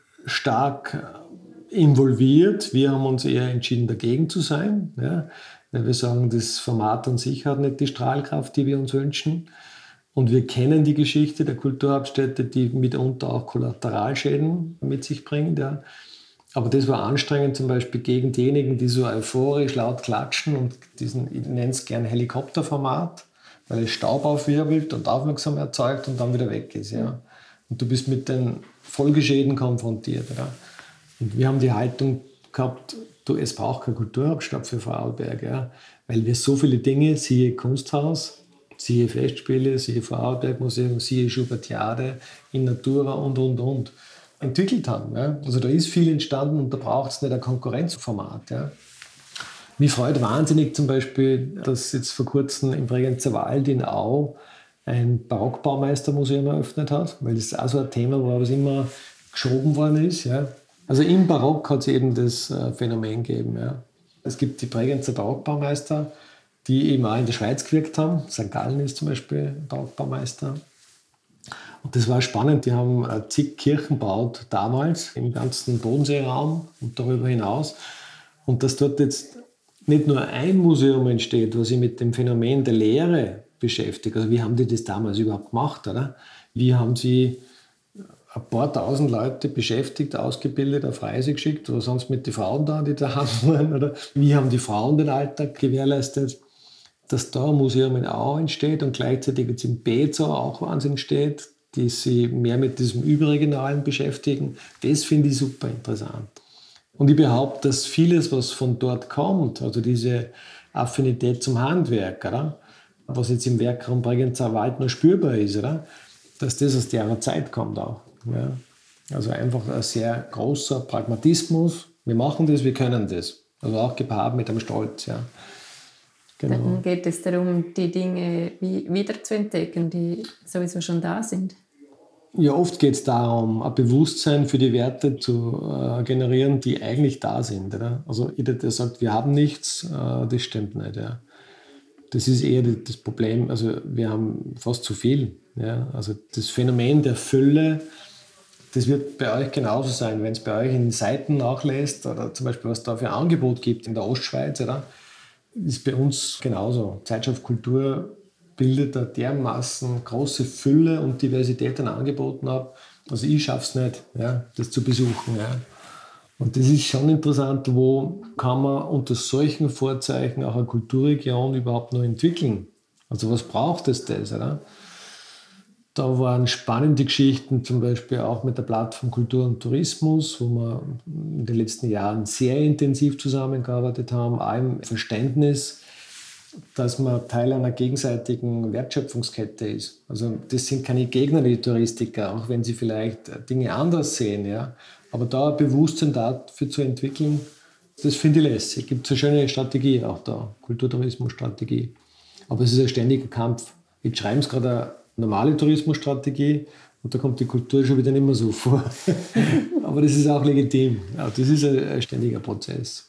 stark involviert. Wir haben uns eher entschieden, dagegen zu sein. Ja. Weil wir sagen, das Format an sich hat nicht die Strahlkraft, die wir uns wünschen. Und wir kennen die Geschichte der Kulturhauptstädte, die mitunter auch Kollateralschäden mit sich bringt. Ja. Aber das war anstrengend, zum Beispiel gegen diejenigen, die so euphorisch laut klatschen und diesen, ich nenne es gerne Helikopterformat, weil es Staub aufwirbelt und Aufmerksamkeit erzeugt und dann wieder weg ist. Ja. Und du bist mit den Folgeschäden konfrontiert. Ja. Und wir haben die Haltung gehabt, es braucht keine Kulturhauptstadt für Vorarlberg, ja, weil wir so viele Dinge, siehe Kunsthaus, siehe Festspiele, siehe Vorarlberg-Museum, siehe Schubertiade, in Natura und, entwickelt haben. Ja. Also da ist viel entstanden und da braucht es nicht ein Konkurrenzformat. Ja. Mich freut wahnsinnig zum Beispiel, dass jetzt vor kurzem im Bregenzer Wald in Au ein Barockbaumeistermuseum eröffnet hat, weil das ist auch so ein Thema, wo was immer geschoben worden ist. Ja. Also im Barock hat es eben das Phänomen gegeben. Ja. Es gibt die Bregenzer Barockbaumeister, die eben auch in der Schweiz gewirkt haben. St. Gallen ist zum Beispiel Barockbaumeister. Und das war spannend. Die haben zig Kirchen gebaut damals im ganzen Bodenseeraum und darüber hinaus. Und dass dort jetzt nicht nur ein Museum entsteht, was sich mit dem Phänomen der Lehre beschäftigt. Also wie haben die das damals überhaupt gemacht? Oder? Wie haben sie ein paar tausend Leute beschäftigt, ausgebildet, auf Reise geschickt, oder sonst mit den Frauen da, die da waren? Oder wie haben die Frauen den Alltag gewährleistet? Dass da ein Museum in Au entsteht und gleichzeitig jetzt in Bezau auch was entsteht, die sich mehr mit diesem Überregionalen beschäftigen, das finde ich super interessant. Und ich behaupte, dass vieles, was von dort kommt, also diese Affinität zum Handwerk, oder? Was jetzt im Werkraum Bregenzer Wald noch spürbar ist, oder? Dass das aus der Zeit kommt auch. Ja? Also einfach ein sehr großer Pragmatismus. Wir machen das, wir können das. Also auch gepaart mit einem Stolz. Ja. Genau. Dann geht es darum, die Dinge wiederzuentdecken, die sowieso schon da sind. Ja, oft geht es darum, ein Bewusstsein für die Werte zu generieren, die eigentlich da sind. Oder? Also jeder, der sagt, wir haben nichts, das stimmt nicht. Ja. Das ist eher das Problem. Also wir haben fast zu viel. Ja. Also das Phänomen der Fülle, Das wird bei euch genauso sein, wenn es bei euch in Seiten nachlässt oder zum Beispiel was da für ein Angebot gibt in der Ostschweiz, oder? Ist bei uns genauso. Zeitschrift Kultur bildet eine dermaßen große Fülle und Diversität an Angeboten ab. Also ich schaffe es nicht, ja, das zu besuchen. Ja. Und das ist schon interessant, wo kann man unter solchen Vorzeichen auch eine Kulturregion überhaupt noch entwickeln? Also was braucht es das? Oder? Da waren spannende Geschichten, zum Beispiel auch mit der Plattform Kultur und Tourismus, wo wir in den letzten Jahren sehr intensiv zusammengearbeitet haben, auch im Verständnis, dass man Teil einer gegenseitigen Wertschöpfungskette ist. Also das sind keine Gegner, die Touristiker, auch wenn sie vielleicht Dinge anders sehen. Ja. Aber da ein Bewusstsein dafür zu entwickeln, das finde ich lässig. Es gibt eine schöne Strategie auch da, Kulturtourismusstrategie. Aber es ist ein ständiger Kampf. Jetzt schreiben sie gerade eine normale Tourismusstrategie und da kommt die Kultur schon wieder nicht mehr so vor. Aber das ist auch legitim. Ja, das ist ein ständiger Prozess.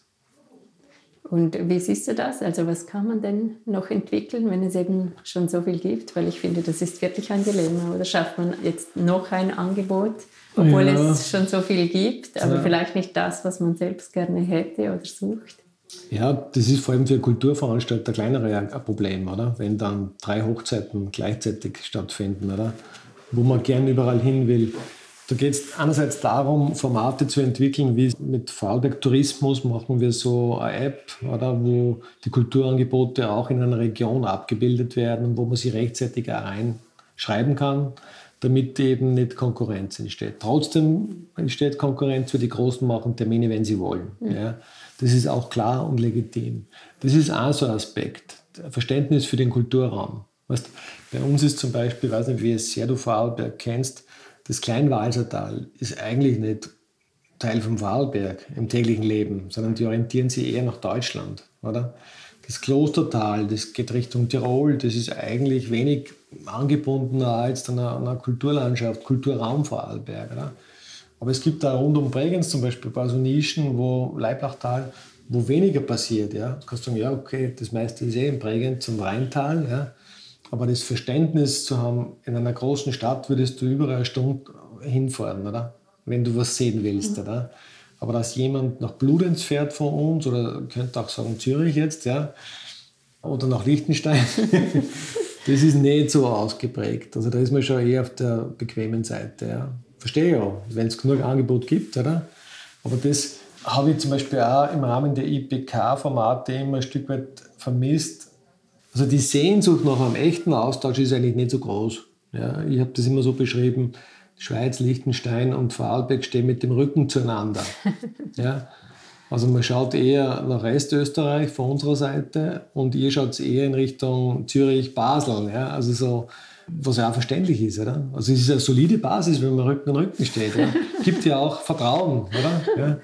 Und wie siehst du das? Also was kann man denn noch entwickeln, wenn es eben schon so viel gibt? Weil ich finde, das ist wirklich ein Dilemma. Oder schafft man jetzt noch ein Angebot, obwohl es schon so viel gibt, aber vielleicht nicht das, was man selbst gerne hätte oder sucht? Ja, das ist vor allem für Kulturveranstalter kleinere ein Problem, oder? Wenn dann 3 Hochzeiten gleichzeitig stattfinden, oder? Wo man gerne überall hin will. Da geht es einerseits darum, Formate zu entwickeln, wie mit Vorarlberg Tourismus machen wir so eine App, oder, wo die Kulturangebote auch in einer Region abgebildet werden und wo man sie rechtzeitig auch reinschreiben kann, damit eben nicht Konkurrenz entsteht. Trotzdem entsteht Konkurrenz, für die Großen machen Termine, wenn sie wollen. Ja. Das ist auch klar und legitim. Das ist auch so ein Aspekt, Verständnis für den Kulturraum. Weißt, bei uns ist zum Beispiel, ich weiß nicht, wie es sehr du Vorarlberg kennst, das Kleinwalsertal ist eigentlich nicht Teil vom Vorarlberg im täglichen Leben, sondern die orientieren sich eher nach Deutschland, oder? Das Klostertal, das geht Richtung Tirol, das ist eigentlich wenig angebundener als einer Kulturlandschaft, Kulturraum Vorarlberg, oder? Aber es gibt da rund um Bregenz zum Beispiel ein paar so Nischen, wo Leiblachtal, wo weniger passiert. Ja. Du kannst sagen, ja, okay, das meiste ist im Bregenz zum Rheintal. Ja. Aber das Verständnis zu haben, in einer großen Stadt würdest du über eine Stunde hinfahren, oder? Wenn du was sehen willst. Oder? Aber dass jemand nach Bludenz fährt von uns, oder könnte auch sagen Zürich jetzt, ja, oder nach Liechtenstein, das ist nicht so ausgeprägt. Also da ist man schon eher auf der bequemen Seite. Ja. Verstehe ja, wenn es genug Angebot gibt, oder? Aber das habe ich zum Beispiel auch im Rahmen der IPK-Formate immer ein Stück weit vermisst. Also die Sehnsucht nach einem echten Austausch ist eigentlich nicht so groß. Ja, ich habe das immer so beschrieben, Schweiz, Liechtenstein und Vorarlberg stehen mit dem Rücken zueinander. Ja, also man schaut eher nach Restösterreich von unserer Seite und ihr schaut eher in Richtung Zürich, Basel. Ja, also so, was ja auch verständlich ist, oder? Also es ist eine solide Basis, wenn man Rücken an Rücken steht. Ja. Gibt ja auch Vertrauen, oder? Ja.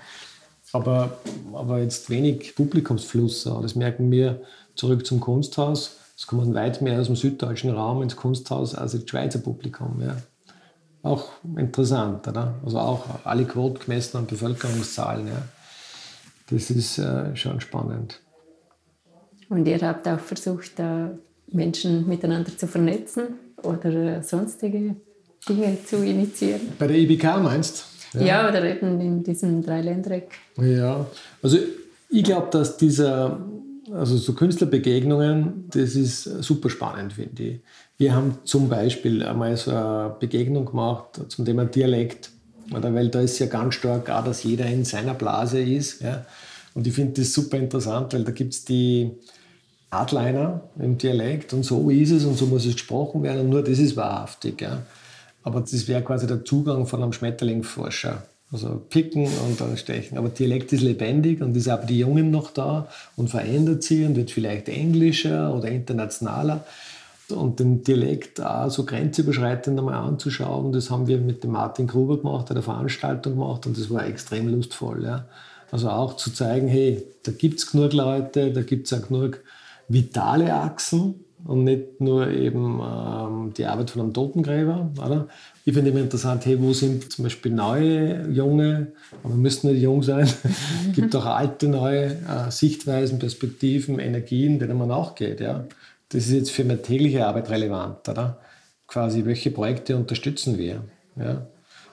Aber jetzt wenig Publikumsfluss. Das merken wir zurück zum Kunsthaus. Es kommen weit mehr aus dem süddeutschen Raum ins Kunsthaus als das Schweizer Publikum. Ja. Auch interessant, oder? Also auch alle Quoten gemessen an Bevölkerungszahlen. Ja. Das ist schon spannend. Und ihr habt auch versucht, Menschen miteinander zu vernetzen oder sonstige Dinge zu initiieren? Bei der IBK meinst du? Ja, oder eben in diesem Dreiländereck. Ja, also ich glaube, dass also so Künstlerbegegnungen, das ist super spannend, finde ich. Wir haben zum Beispiel einmal so eine Begegnung gemacht zum Thema Dialekt, weil da ist ja ganz stark auch, dass jeder in seiner Blase ist. Ja. Und ich finde das super interessant, weil da gibt es die Hardliner im Dialekt und so ist es und so muss es gesprochen werden und nur das ist wahrhaftig. Ja. Aber das wäre quasi der Zugang von einem Schmetterlingsforscher. Also picken und dann stechen. Aber Dialekt ist lebendig und ist auch die Jungen noch da und verändert sich und wird vielleicht englischer oder internationaler. Und den Dialekt auch so grenzüberschreitend einmal anzuschauen, das haben wir mit dem Martin Gruber gemacht, eine Veranstaltung gemacht und das war extrem lustvoll. Ja. Also auch zu zeigen, hey, da gibt es genug Leute, da gibt es auch genug vitale Achsen und nicht nur eben die Arbeit von einem Totengräber. Oder? Ich finde immer interessant, hey, wo sind zum Beispiel neue, junge, aber müssen nicht jung sein, es gibt auch alte, neue Sichtweisen, Perspektiven, Energien, denen man nachgeht. Ja? Das ist jetzt für meine tägliche Arbeit relevant. Oder? Quasi, welche Projekte unterstützen wir? Ja?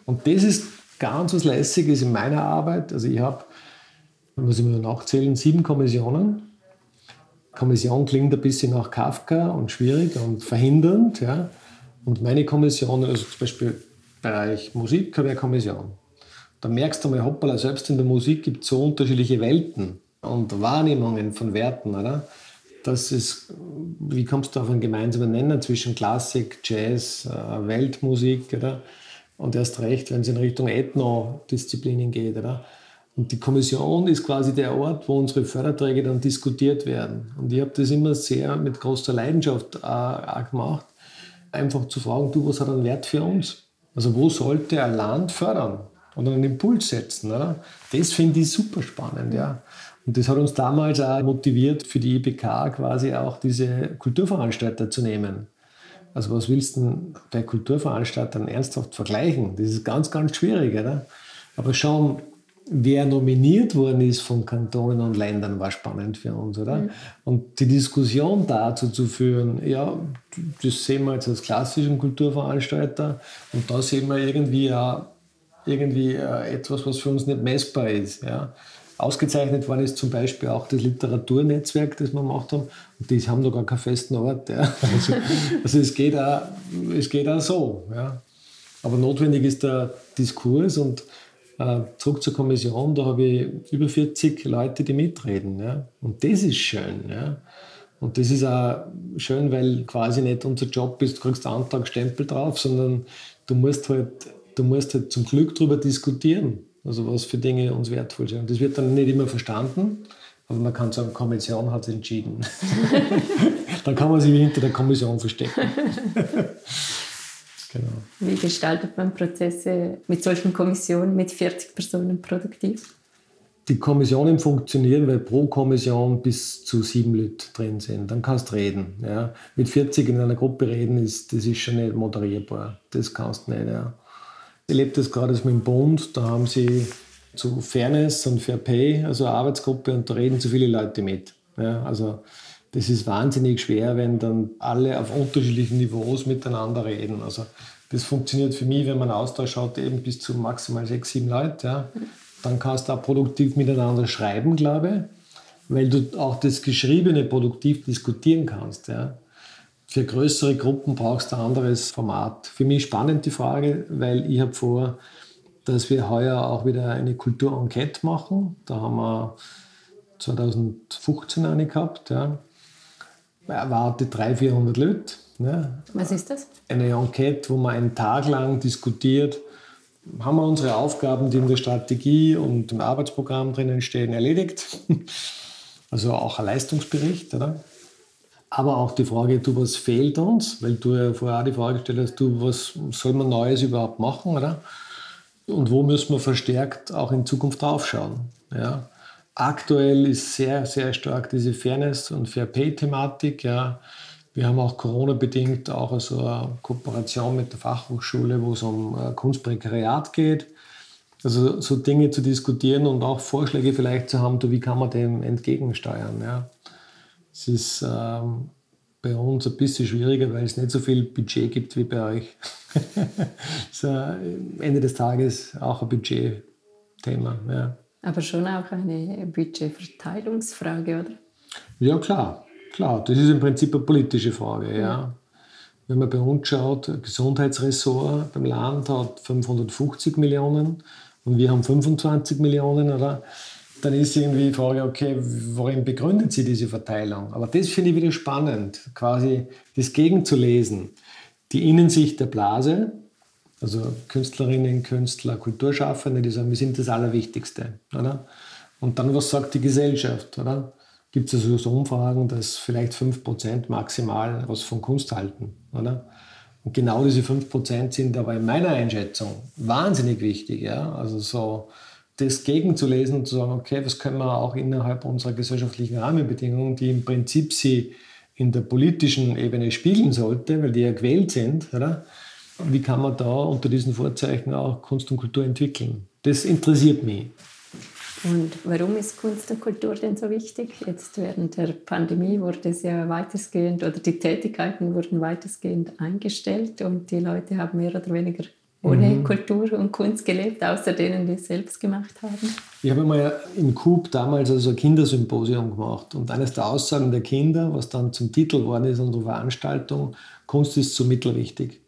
Und das ist ganz was Lässiges in meiner Arbeit. Also ich habe, muss ich mir nachzählen, 7 Kommissionen. Kommission klingt ein bisschen nach Kafka und schwierig und verhindernd. Ja. Und meine Kommission, also zum Beispiel im Bereich Musik, habe ich eine Kommission. Da merkst du mal, hoppala, selbst in der Musik gibt es so unterschiedliche Welten und Wahrnehmungen von Werten, oder? Das ist, wie kommst du auf einen gemeinsamen Nenner zwischen Klassik, Jazz, Weltmusik, oder? Und erst recht, wenn es in Richtung Ethno-Disziplinen geht, oder? Und die Kommission ist quasi der Ort, wo unsere Förderträge dann diskutiert werden. Und ich habe das immer sehr mit großer Leidenschaft auch gemacht, einfach zu fragen, du, was hat einen Wert für uns? Also wo sollte ein Land fördern oder einen Impuls setzen? Oder? Das finde ich super spannend, ja. Und das hat uns damals auch motiviert, für die IBK quasi auch diese Kulturveranstalter zu nehmen. Also was willst du denn bei Kulturveranstaltern ernsthaft vergleichen? Das ist ganz, ganz schwierig, oder? Aber schon, wer nominiert worden ist von Kantonen und Ländern, war spannend für uns, oder? Mhm. Und die Diskussion dazu zu führen, ja, das sehen wir jetzt als klassischen Kulturveranstalter und da sehen wir irgendwie etwas, was für uns nicht messbar ist, ja. Ausgezeichnet worden ist zum Beispiel auch das Literaturnetzwerk, das wir gemacht haben. Und die haben da gar keinen festen Ort. Ja. Also es geht auch so. Ja. Aber notwendig ist der Diskurs. Und zurück zur Kommission, da habe ich über 40 Leute, die mitreden. Ja. Und das ist schön. Ja. Und das ist auch schön, weil quasi nicht unser Job ist, du kriegst einen Antrag, Stempel drauf, sondern du musst halt zum Glück darüber diskutieren. Also was für Dinge uns wertvoll sind. Und das wird dann nicht immer verstanden, aber man kann sagen, Kommission hat es entschieden. Dann kann man sich hinter der Kommission verstecken. Genau. Wie gestaltet man Prozesse mit solchen Kommissionen mit 40 Personen produktiv? Die Kommissionen funktionieren, weil pro Kommission bis zu 7 Leute drin sind. Dann kannst du reden. Ja. Mit 40 in einer Gruppe reden, das ist schon nicht moderierbar. Das kannst du nicht. Ja. Ich erlebe das gerade mit dem Bund, da haben sie zu Fairness und Fair Pay, also eine Arbeitsgruppe, und da reden zu viele Leute mit. Ja, also das ist wahnsinnig schwer, wenn dann alle auf unterschiedlichen Niveaus miteinander reden. Also das funktioniert für mich, wenn man einen Austausch hat, eben bis zu maximal 6, 7 Leute. Ja. Dann kannst du auch produktiv miteinander schreiben, glaube ich, weil du auch das Geschriebene produktiv diskutieren kannst. Ja. Für größere Gruppen brauchst du ein anderes Format. Für mich spannend die Frage, weil ich habe vor, dass wir heuer auch wieder eine Kultur-Enquete machen. Da haben wir 2015 eine gehabt. Ja. Erwartet 300-400 Leute. Ja. Was ist das? Eine Enquete, wo man einen Tag lang diskutiert, haben wir unsere Aufgaben, die in der Strategie und im Arbeitsprogramm drinnen stehen, erledigt. Also auch ein Leistungsbericht, oder? Aber auch die Frage, du, was fehlt uns? Weil du ja vorher auch die Frage gestellt hast, du, was soll man Neues überhaupt machen, oder? Und wo müssen wir verstärkt auch in Zukunft draufschauen? Ja? Aktuell ist sehr, sehr stark diese Fairness- und Fair-Pay-Thematik. Ja? Wir haben auch Corona-bedingt auch also eine Kooperation mit der Fachhochschule, wo es um Kunstprekariat geht. Also so Dinge zu diskutieren und auch Vorschläge vielleicht zu haben, wie kann man dem entgegensteuern. Ja? Es ist bei uns ein bisschen schwieriger, weil es nicht so viel Budget gibt wie bei euch. Es ist am Ende des Tages auch ein Budgetthema. Ja. Aber schon auch eine Budgetverteilungsfrage, oder? Ja, klar. Das ist im Prinzip eine politische Frage. Ja. Wenn man bei uns schaut, das Gesundheitsressort beim Land hat 550 Millionen und wir haben 25 Millionen, oder? Dann ist irgendwie die Frage, okay, worin begründet sie diese Verteilung? Aber das finde ich wieder spannend, quasi das gegenzulesen. Die Innensicht der Blase, also Künstlerinnen, Künstler, Kulturschaffende, die sagen, wir sind das Allerwichtigste. Oder? Und dann, was sagt die Gesellschaft? Oder? Gibt es also so Umfragen, dass vielleicht 5% maximal was von Kunst halten. Oder? Und genau diese 5% sind aber in meiner Einschätzung wahnsinnig wichtig. Ja? Also so das gegenzulesen und zu sagen, okay, was können wir auch innerhalb unserer gesellschaftlichen Rahmenbedingungen, die im Prinzip sie in der politischen Ebene spiegeln sollte, weil die ja gewählt sind, oder? Wie kann man da unter diesen Vorzeichen auch Kunst und Kultur entwickeln? Das interessiert mich. Und warum ist Kunst und Kultur denn so wichtig? Jetzt während der Pandemie wurde es ja weitestgehend, oder die Tätigkeiten wurden weitestgehend eingestellt und die Leute haben mehr oder weniger ohne Kultur und Kunst gelebt, außer denen, die es selbst gemacht haben? Ich habe mal im KUB damals also ein Kindersymposium gemacht und eines der Aussagen der Kinder, was dann zum Titel geworden ist unserer Veranstaltung, Kunst ist so mittelwichtig.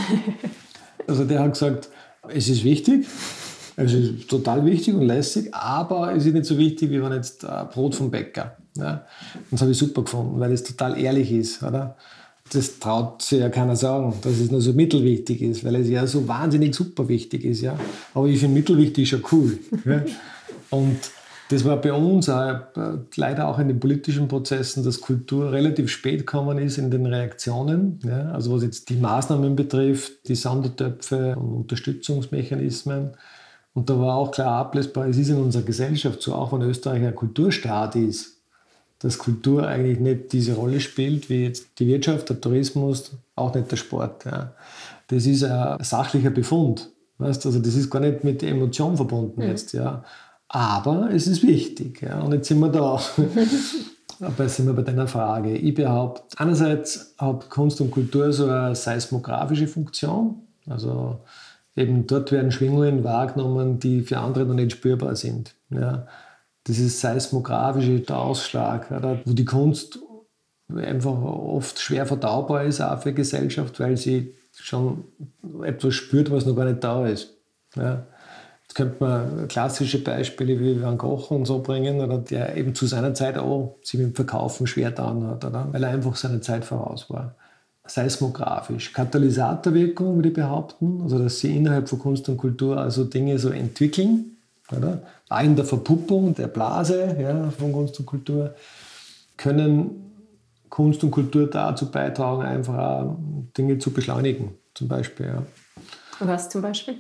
Also der hat gesagt, es ist wichtig, es ist total wichtig und lässig, aber es ist nicht so wichtig, wie wenn jetzt Brot vom Bäcker. Ja? Und das habe ich super gefunden, weil es total ehrlich ist, oder? Das traut sich ja keiner sagen, dass es nur so mittelwichtig ist, weil es ja so wahnsinnig super wichtig ist. Ja? Aber ich finde mittelwichtig schon cool. Ja? Und das war bei uns auch, leider auch in den politischen Prozessen, dass Kultur relativ spät gekommen ist in den Reaktionen. Ja? Also was jetzt die Maßnahmen betrifft, die Sondertöpfe und Unterstützungsmechanismen. Und da war auch klar ablesbar, es ist in unserer Gesellschaft so, auch wenn Österreich ein Kulturstaat ist, dass Kultur eigentlich nicht diese Rolle spielt, wie jetzt die Wirtschaft, der Tourismus, auch nicht der Sport. Ja. Das ist ein sachlicher Befund. Weißt? Also das ist gar nicht mit Emotion verbunden jetzt. Ja. Aber es ist wichtig. Ja. Und jetzt sind wir da. Aber sind wir bei deiner Frage. Ich behaupte, einerseits hat Kunst und Kultur so eine seismografische Funktion. Also eben dort werden Schwingungen wahrgenommen, die für andere noch nicht spürbar sind. Ja. Das ist seismografische der Ausschlag, oder? Wo die Kunst einfach oft schwer verdaubar ist, auch für die Gesellschaft, weil sie schon etwas spürt, was noch gar nicht da ist. Ja. Jetzt könnte man klassische Beispiele wie Van Gogh und so bringen, oder der eben zu seiner Zeit auch sich mit dem Verkaufen schwer getan hat, oder? Weil er einfach seiner Zeit voraus war. Seismografisch. Katalysatorwirkung, würde ich behaupten, also dass sie innerhalb von Kunst und Kultur also Dinge so entwickeln, oder? Auch in der Verpuppung der Blase, ja, von Kunst und Kultur können Kunst und Kultur dazu beitragen, einfach auch Dinge zu beschleunigen, zum Beispiel. Ja. Was zum Beispiel?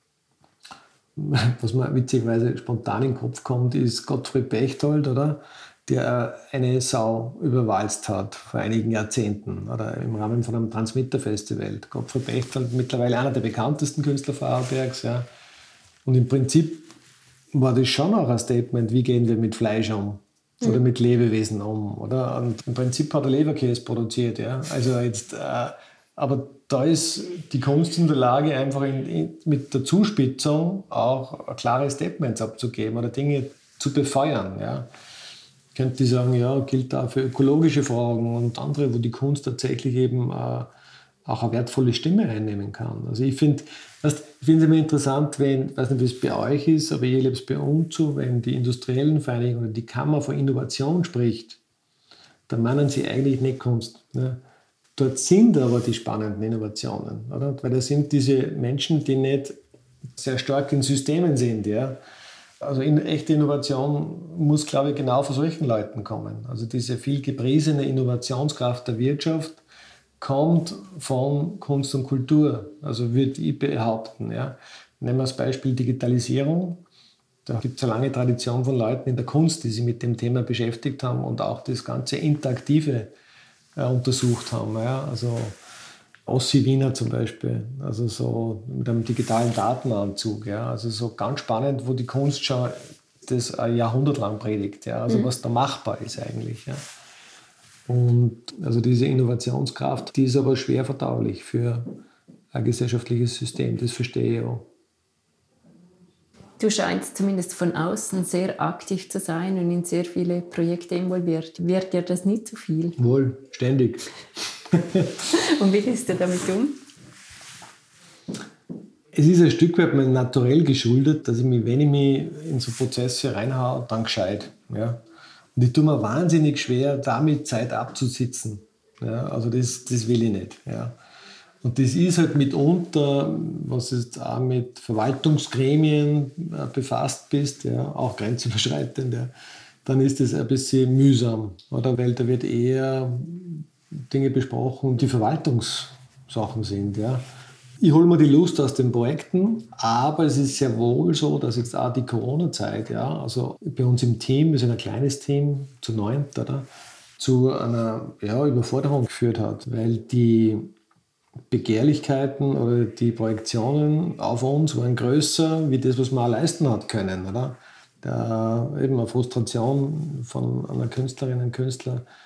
Was mir witzigerweise spontan in den Kopf kommt, ist Gottfried Bechtold, oder? Der eine Sau überwalzt hat vor einigen Jahrzehnten, oder im Rahmen von einem Transmitter-Festival. Gottfried Bechtold, mittlerweile einer der bekanntesten Künstler Vorarlbergs. Ja. Und im Prinzip war das schon auch ein Statement, wie gehen wir mit Fleisch um oder mit Lebewesen um. Oder? Und im Prinzip hat er Leberkäse produziert. Ja. Also jetzt, aber da ist die Kunst in der Lage, einfach mit der Zuspitzung auch klare Statements abzugeben oder Dinge zu befeuern. Ja. Könnte ich sagen, ja, gilt auch für ökologische Fragen und andere, wo die Kunst tatsächlich eben auch eine wertvolle Stimme einnehmen kann. Also ich finde es immer interessant, wenn, ich weiß nicht, wie es bei euch ist, aber ich erlebe es bei uns so, wenn die industriellen Vereinigungen oder die Kammer von Innovation spricht, dann meinen sie eigentlich nicht Kunst. Ne? Dort sind aber die spannenden Innovationen, oder? Weil das sind diese Menschen, die nicht sehr stark in Systemen sind. Ja? Also echte Innovation muss, glaube ich, genau von solchen Leuten kommen. Also diese viel gepriesene Innovationskraft der Wirtschaft kommt von Kunst und Kultur, also würde ich behaupten. Ja. Nehmen wir das Beispiel Digitalisierung. Da gibt es eine lange Tradition von Leuten in der Kunst, die sich mit dem Thema beschäftigt haben und auch das ganze Interaktive untersucht haben. Ja. Also Ossi Wiener zum Beispiel, also so mit einem digitalen Datenanzug. Ja. Also so ganz spannend, wo die Kunst schon das ein Jahrhundert lang predigt. Ja. Also was da machbar ist eigentlich. Ja. Und also diese Innovationskraft, die ist aber schwer verdaulich für ein gesellschaftliches System, das verstehe ich auch. Du scheinst zumindest von außen sehr aktiv zu sein und in sehr viele Projekte involviert. Wird dir das nicht zu viel? Wohl, ständig. Und wie gehst du damit um? Es ist ein Stück weit mein Naturell geschuldet, dass ich mich, wenn ich mich in so Prozesse reinhaue, dann gescheit. Ja. Und ich tue mir wahnsinnig schwer, damit Zeit abzusitzen. Ja, also das will ich nicht. Ja. Und das ist halt mitunter, was jetzt auch mit Verwaltungsgremien befasst bist, ja, auch grenzüberschreitend, ja, dann ist das ein bisschen mühsam. Oder? Weil da wird eher Dinge besprochen, die Verwaltungssachen sind. Ja. Ich hole mir die Lust aus den Projekten, aber es ist sehr wohl so, dass jetzt auch die Corona-Zeit, ja, also bei uns im Team, wir sind ein kleines Team, zu 9, oder, zu einer Überforderung geführt hat, weil die Begehrlichkeiten oder die Projektionen auf uns waren größer, wie das, was man auch leisten hat können. Oder? Eben eine Frustration von einer Künstlerin und Künstler,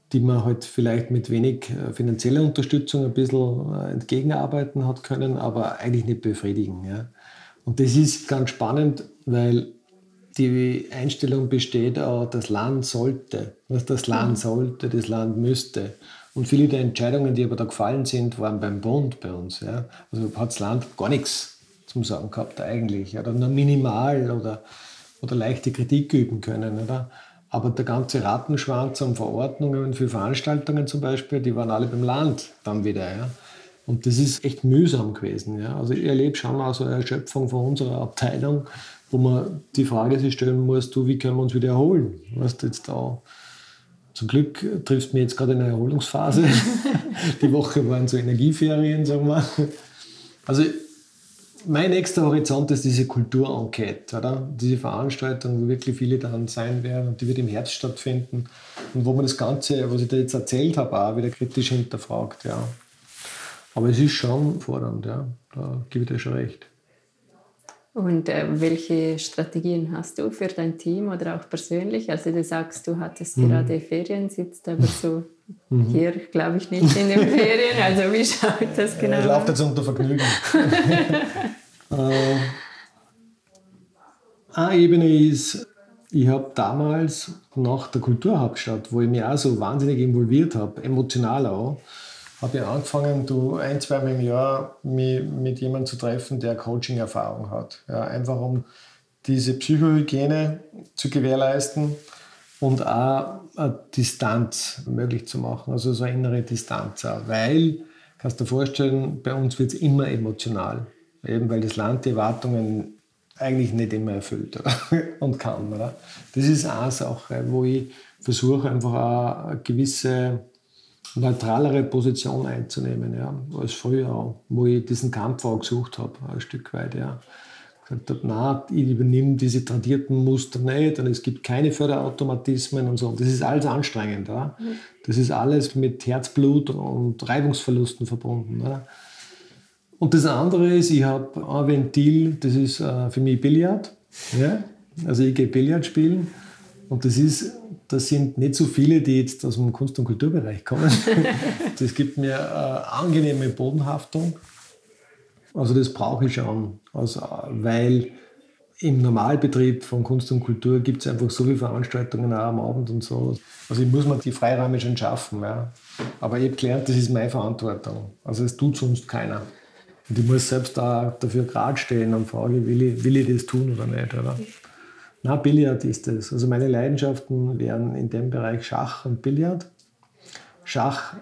die man halt vielleicht mit wenig finanzieller Unterstützung ein bisschen entgegenarbeiten hat können, aber eigentlich nicht befriedigen. Ja. Und das ist ganz spannend, weil die Einstellung besteht auch, das Land sollte. Was das Land sollte, das Land müsste. Und viele der Entscheidungen, die aber da gefallen sind, waren beim Bund bei uns. Ja. Also hat das Land gar nichts zum Sagen gehabt eigentlich. Oder nur minimal oder leichte Kritik üben können. Oder? Aber der ganze Rattenschwanz an Verordnungen für Veranstaltungen zum Beispiel, die waren alle beim Land dann wieder. Ja. Und das ist echt mühsam gewesen. Ja. Also ich erlebe schon mal so eine Erschöpfung von unserer Abteilung, wo man die Frage sich stellen muss, wie können wir uns wieder erholen? Weißt du, jetzt da, zum Glück triffst du mich jetzt gerade in einer Erholungsphase. Die Woche waren so Energieferien, sagen wir. Also mein nächster Horizont ist diese Kulturenquete, oder? Diese Veranstaltung, wo wirklich viele daran sein werden und die wird im Herbst stattfinden und wo man das Ganze, was ich da jetzt erzählt habe, auch wieder kritisch hinterfragt. Ja. Aber es ist schon fordernd, ja. Da gebe ich dir schon recht. Und welche Strategien hast du für dein Team oder auch persönlich? Also du sagst, du hattest gerade Ferien, sitzt aber so hier, glaube ich, nicht in den Ferien. Also wie schaut das genau aus? Ich laufe jetzt unter Vergnügen. Eine Ebene ist, ich habe damals nach der Kulturhauptstadt, wo ich mich auch so wahnsinnig involviert habe, emotional auch, habe ich angefangen, 1-2 Mal im Jahr mich mit jemandem zu treffen, der Coaching-Erfahrung hat. Ja, einfach um diese Psychohygiene zu gewährleisten und auch eine Distanz möglich zu machen, also so eine innere Distanz auch. Weil, kannst du dir vorstellen, bei uns wird es immer emotional, eben weil das Land die Erwartungen eigentlich nicht immer erfüllt oder? Und kann. Oder? Das ist eine Sache, wo ich versuche, einfach auch eine gewisse neutralere Position einzunehmen, ja, als früher auch, wo ich diesen Kampf auch gesucht habe, ein Stück weit. Ja. Gesagt habe, nein, ich übernehme diese tradierten Muster nicht und es gibt keine Förderautomatismen und so. Das ist alles anstrengend. Ja. Das ist alles mit Herzblut und Reibungsverlusten verbunden. Ja. Und das andere ist, ich habe ein Ventil, das ist für mich Billard. Ja. Also ich gehe Billard spielen und das sind nicht so viele, die jetzt aus dem Kunst- und Kulturbereich kommen. Das gibt mir eine angenehme Bodenhaftung. Also das brauche ich schon. Also, weil im Normalbetrieb von Kunst und Kultur gibt es einfach so viele Veranstaltungen auch am Abend und so. Also ich muss mir die Freiräume schon schaffen. Ja. Aber ich habe gelernt, das ist meine Verantwortung. Also es tut sonst keiner. Und ich muss selbst da dafür gerade stehen und frage, will ich das tun oder nicht. Oder? Na, Billard ist es. Also meine Leidenschaften wären in dem Bereich Schach und Billard. Schach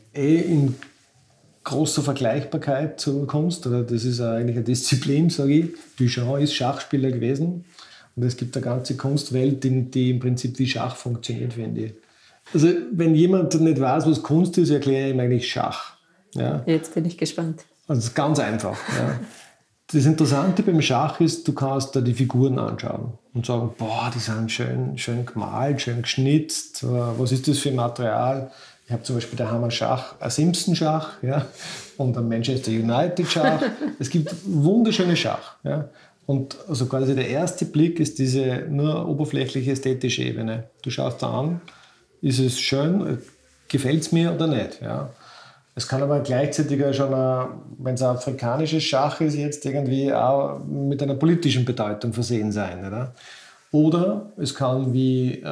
in großer Vergleichbarkeit zur Kunst. Oder das ist eigentlich eine Disziplin, sage ich. Duchamp ist Schachspieler gewesen. Und es gibt eine ganze Kunstwelt, die im Prinzip wie Schach funktioniert, finde ich. Also wenn jemand nicht weiß, was Kunst ist, erkläre ich ihm eigentlich Schach. Ja? Jetzt bin ich gespannt. Also es ist ganz einfach. Ja. Das Interessante beim Schach ist, du kannst da die Figuren anschauen und sagen, boah, die sind schön gemalt, schön geschnitzt. Was ist das für Material? Ich habe zum Beispiel daheim einen Schach, ein Simpson-Schach, ja, und ein Manchester United-Schach. Es gibt wunderschöne Schach. Ja. Und also quasi der erste Blick ist diese nur oberflächliche ästhetische Ebene. Du schaust da an, ist es schön, gefällt es mir oder nicht? Ja. Es kann aber gleichzeitig schon, wenn es ein afrikanisches Schach ist, jetzt irgendwie auch mit einer politischen Bedeutung versehen sein. Oder es kann wie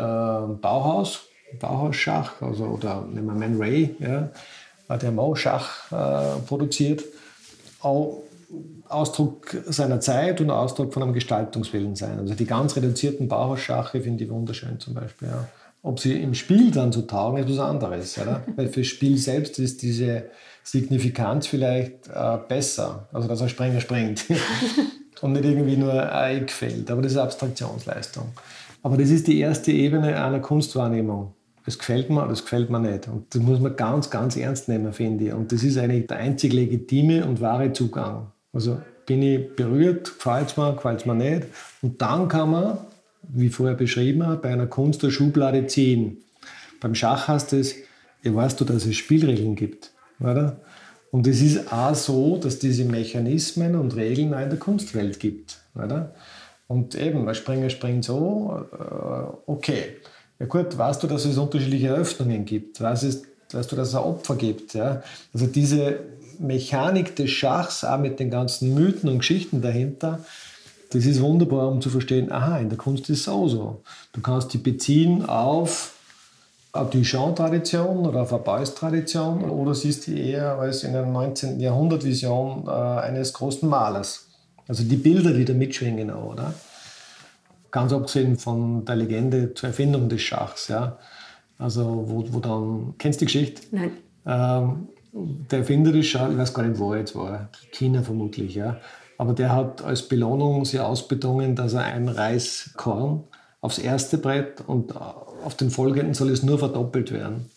Bauhausschach, also, oder nehmen wir Man Ray, ja, der haben auch Schach produziert, auch Ausdruck seiner Zeit und Ausdruck von einem Gestaltungswillen sein. Also die ganz reduzierten Bauhausschache finde ich wunderschön zum Beispiel. Ja. Ob sie im Spiel dann so taugen, ist was anderes. Oder? Weil fürs Spiel selbst ist diese Signifikanz vielleicht besser. Also dass ein Springer springt und nicht irgendwie nur ein Eck fällt. Aber das ist Abstraktionsleistung. Aber das ist die erste Ebene einer Kunstwahrnehmung. Das gefällt mir, das gefällt mir nicht. Und das muss man ganz, ganz ernst nehmen, finde ich. Und das ist eigentlich der einzig legitime und wahre Zugang. Also bin ich berührt, gefällt es mir nicht. Und dann kann man, wie vorher beschrieben, bei einer Kunst eine Schublade ziehen. Beim Schach heißt es, weißt du, dass es Spielregeln gibt. Oder? Und es ist auch so, dass diese Mechanismen und Regeln auch in der Kunstwelt gibt. Oder? Und eben, ein Springer springt so, okay. Ja gut, weißt du, dass es unterschiedliche Eröffnungen gibt? Weißt du, dass es ein Opfer gibt? Ja? Also diese Mechanik des Schachs, auch mit den ganzen Mythen und Geschichten dahinter, das ist wunderbar, um zu verstehen, aha, in der Kunst ist es auch so. Du kannst die beziehen auf Duchamp-Tradition oder auf eine Beuys-Tradition oder siehst die eher als in einer 19. Jahrhundert-Vision eines großen Malers. Also die Bilder, die da mitschwingen auch, oder? Ganz abgesehen von der Legende zur Erfindung des Schachs. Ja? Also wo dann, kennst du die Geschichte? Nein. Der Erfinder des Schachs, ich weiß gar nicht, wo er jetzt war, China vermutlich, ja. Aber der hat als Belohnung sich ausbedungen, dass er ein Reiskorn aufs erste Brett und auf den folgenden soll es nur verdoppelt werden.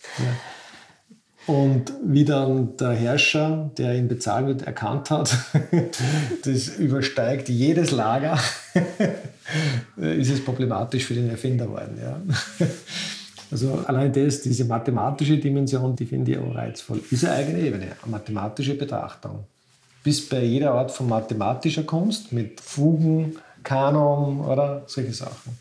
Ja. Und wie dann der Herrscher, der ihn bezahlen wird, erkannt hat, das übersteigt jedes Lager, ist es problematisch für den Erfinder geworden. Ja. Also allein diese mathematische Dimension, die finde ich auch reizvoll. Ist eine eigene Ebene, eine mathematische Betrachtung. Bis bei jeder Art von mathematischer Kunst mit Fugen, Kanon oder solche Sachen.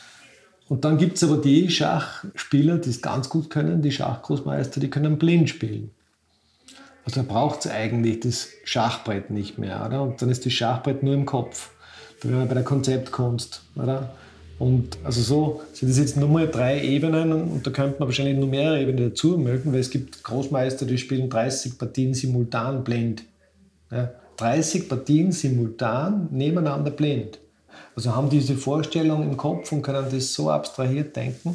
Und dann gibt es aber die Schachspieler, die es ganz gut können, die Schachgroßmeister, die können blind spielen. Also da braucht es eigentlich das Schachbrett nicht mehr, oder? Und dann ist das Schachbrett nur im Kopf. Da wären wir bei der Konzeptkunst, oder? Und also so sind das jetzt nur mal 3 Ebenen und da könnte man wahrscheinlich noch mehrere Ebenen dazu mögen, weil es gibt Großmeister, die spielen 30 Partien simultan blind. Ja, 30 Partien simultan nebeneinander blind. Also haben diese Vorstellung im Kopf und können das so abstrahiert denken.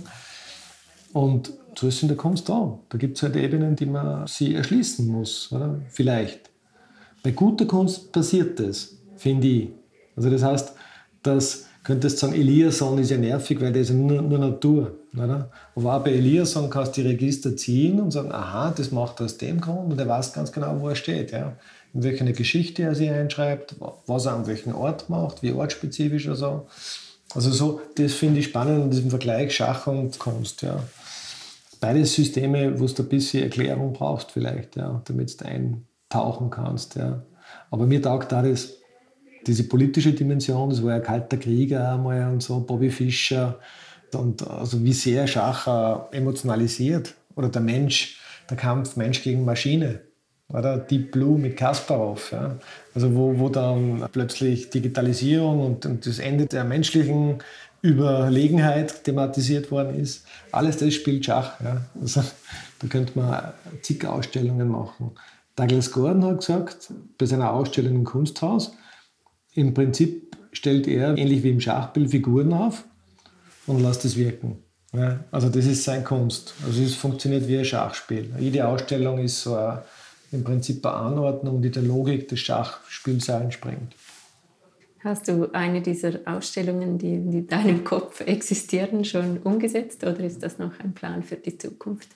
Und so ist es in der Kunst auch. Da gibt es halt Ebenen, die man sich erschließen muss, oder? Vielleicht. Bei guter Kunst passiert das, finde ich. Also das heißt, das könntest du sagen, Eliasson ist ja nervig, weil der ist ja nur Natur. Oder? Aber auch bei Eliasson kannst du die Register ziehen und sagen, aha, das macht er aus dem Grund und er weiß ganz genau, wo er steht. Ja? In welcher Geschichte er sich einschreibt, was er an welchem Ort macht, wie ortsspezifisch oder so. Also so, das finde ich spannend in diesem Vergleich Schach und Kunst. Ja. Beides Systeme, wo du ein bisschen Erklärung brauchst vielleicht, ja, damit du eintauchen kannst. Ja. Aber mir taugt da diese politische Dimension, das war ja Kalter Krieger einmal und so, Bobby Fischer, und also wie sehr Schach emotionalisiert. Oder der Kampf Mensch gegen Maschine. Oder Deep Blue mit Kasparov. Ja. Also wo dann plötzlich Digitalisierung und das Ende der menschlichen Überlegenheit thematisiert worden ist. Alles das spielt Schach. Ja. Also, da könnte man zig Ausstellungen machen. Douglas Gordon hat gesagt, bei seiner Ausstellung im Kunsthaus, im Prinzip stellt er, ähnlich wie im Schachspiel, Figuren auf und lässt es wirken. Ja, also das ist seine Kunst. Also es funktioniert wie ein Schachspiel. Jede Ausstellung ist so im Prinzip eine Anordnung, die der Logik des Schachspiels entspringt. Hast du eine dieser Ausstellungen, die in deinem Kopf existieren, schon umgesetzt oder ist das noch ein Plan für die Zukunft?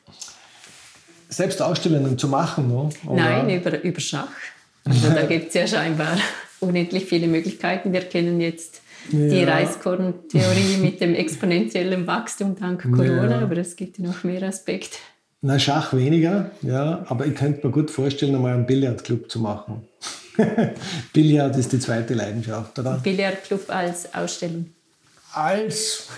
Selbst Ausstellungen zu machen, no? Nein, über Schach. Also da gibt es ja scheinbar unendlich viele Möglichkeiten. Wir kennen jetzt die Reiskorn-Theorie mit dem exponentiellen Wachstum dank Corona, aber es gibt noch mehr Aspekte. Na, Schach weniger, ja, aber ich könnte mir gut vorstellen, einmal einen Billardclub zu machen. Billard ist die zweite Leidenschaft, oder? Billardclub als Ausstellung. Als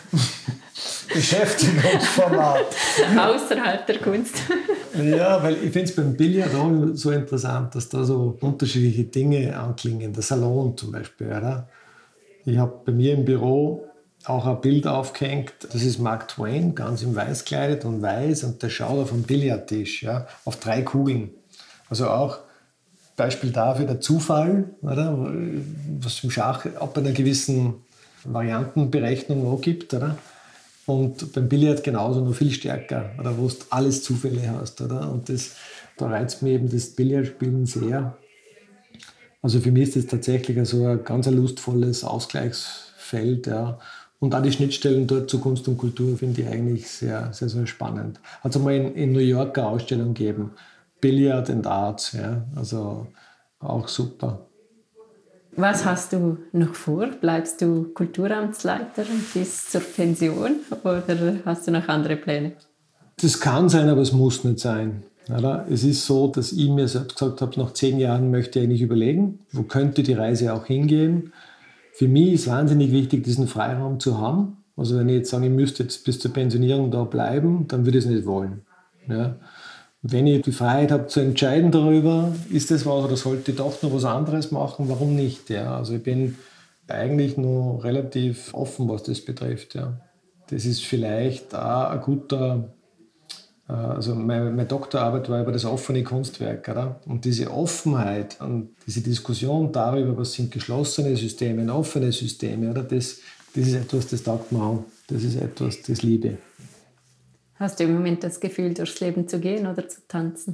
Beschäftigungsformat. Außerhalb der Kunst. Ja, weil ich finde es beim Billard auch so interessant, dass da so unterschiedliche Dinge anklingen. Der Salon zum Beispiel, oder? Ich habe bei mir im Büro auch ein Bild aufgehängt. Das ist Mark Twain, ganz in weiß gekleidet und weiß. Und der schaut auf einen Billardtisch, ja, auf 3 Kugeln. Also auch Beispiel dafür der Zufall, oder? Was im Schach ab einer gewissen Variantenberechnung auch gibt. Oder? Und beim Billard genauso, nur viel stärker, oder? Wo du alles Zufälle hast. Oder? Und da reizt mir eben das Billardspielen sehr. Also für mich ist das tatsächlich so ein ganz lustvolles Ausgleichsfeld. Ja. Und auch die Schnittstellen dort zu Kunst und Kultur finde ich eigentlich sehr, sehr, sehr spannend. Hat es einmal in New York eine Ausstellung gegeben, Billard and Arts, ja. Also auch super. Was hast du noch vor? Bleibst du Kulturamtsleiter bis zur Pension oder hast du noch andere Pläne? Das kann sein, aber es muss nicht sein. Oder? Es ist so, dass ich mir selbst gesagt habe, nach 10 Jahren möchte ich eigentlich überlegen, wo könnte die Reise auch hingehen. Für mich ist wahnsinnig wichtig, diesen Freiraum zu haben. Also wenn ich jetzt sage, ich müsste jetzt bis zur Pensionierung da bleiben, dann würde ich es nicht wollen. Ja. Wenn ich die Freiheit habe zu entscheiden darüber, ist das was oder sollte ich doch noch was anderes machen, warum nicht? Ja. Also ich bin eigentlich nur relativ offen, was das betrifft. Ja. Das ist vielleicht auch ein guter, also meine Doktorarbeit war über das offene Kunstwerk. Oder? Und diese Offenheit und diese Diskussion darüber, was sind geschlossene Systeme und offene Systeme, oder? Das ist etwas, das taugt mir an. Das ist etwas, das liebe ich. Hast du im Moment das Gefühl, durchs Leben zu gehen oder zu tanzen?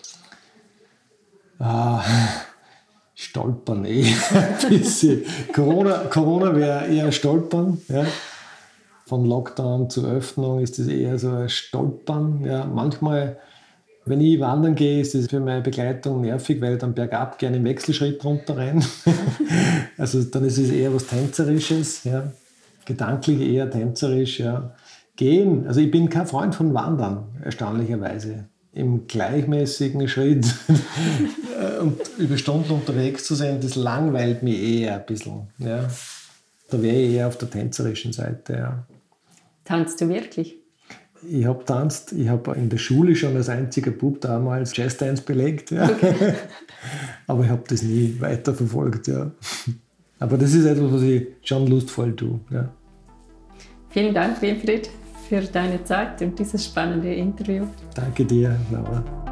Stolpern ein bisschen. Corona wäre eher Stolpern. Ja. Von Lockdown zur Öffnung ist das eher so ein Stolpern. Ja. Manchmal, wenn ich wandern gehe, ist das für meine Begleitung nervig, weil ich dann bergab gerne im Wechselschritt runter rein. Also dann ist es eher was Tänzerisches. Ja. Gedanklich eher tänzerisch. Ja. Gehen, also ich bin kein Freund von Wandern, erstaunlicherweise. Im gleichmäßigen Schritt und über Stunden unterwegs zu sein, das langweilt mich eher ein bisschen. Ja. Da wäre ich eher auf der tänzerischen Seite. Ja. Tanzt du wirklich? Ich habe tanzt, ich habe in der Schule schon als einziger Bub damals Jazzdance belegt. Ja. Okay. Aber ich habe das nie weiterverfolgt. Ja. Aber das ist etwas, was ich schon lustvoll tue. Ja. Vielen Dank, Winfried, für deine Zeit und dieses spannende Interview. Danke dir, Laura.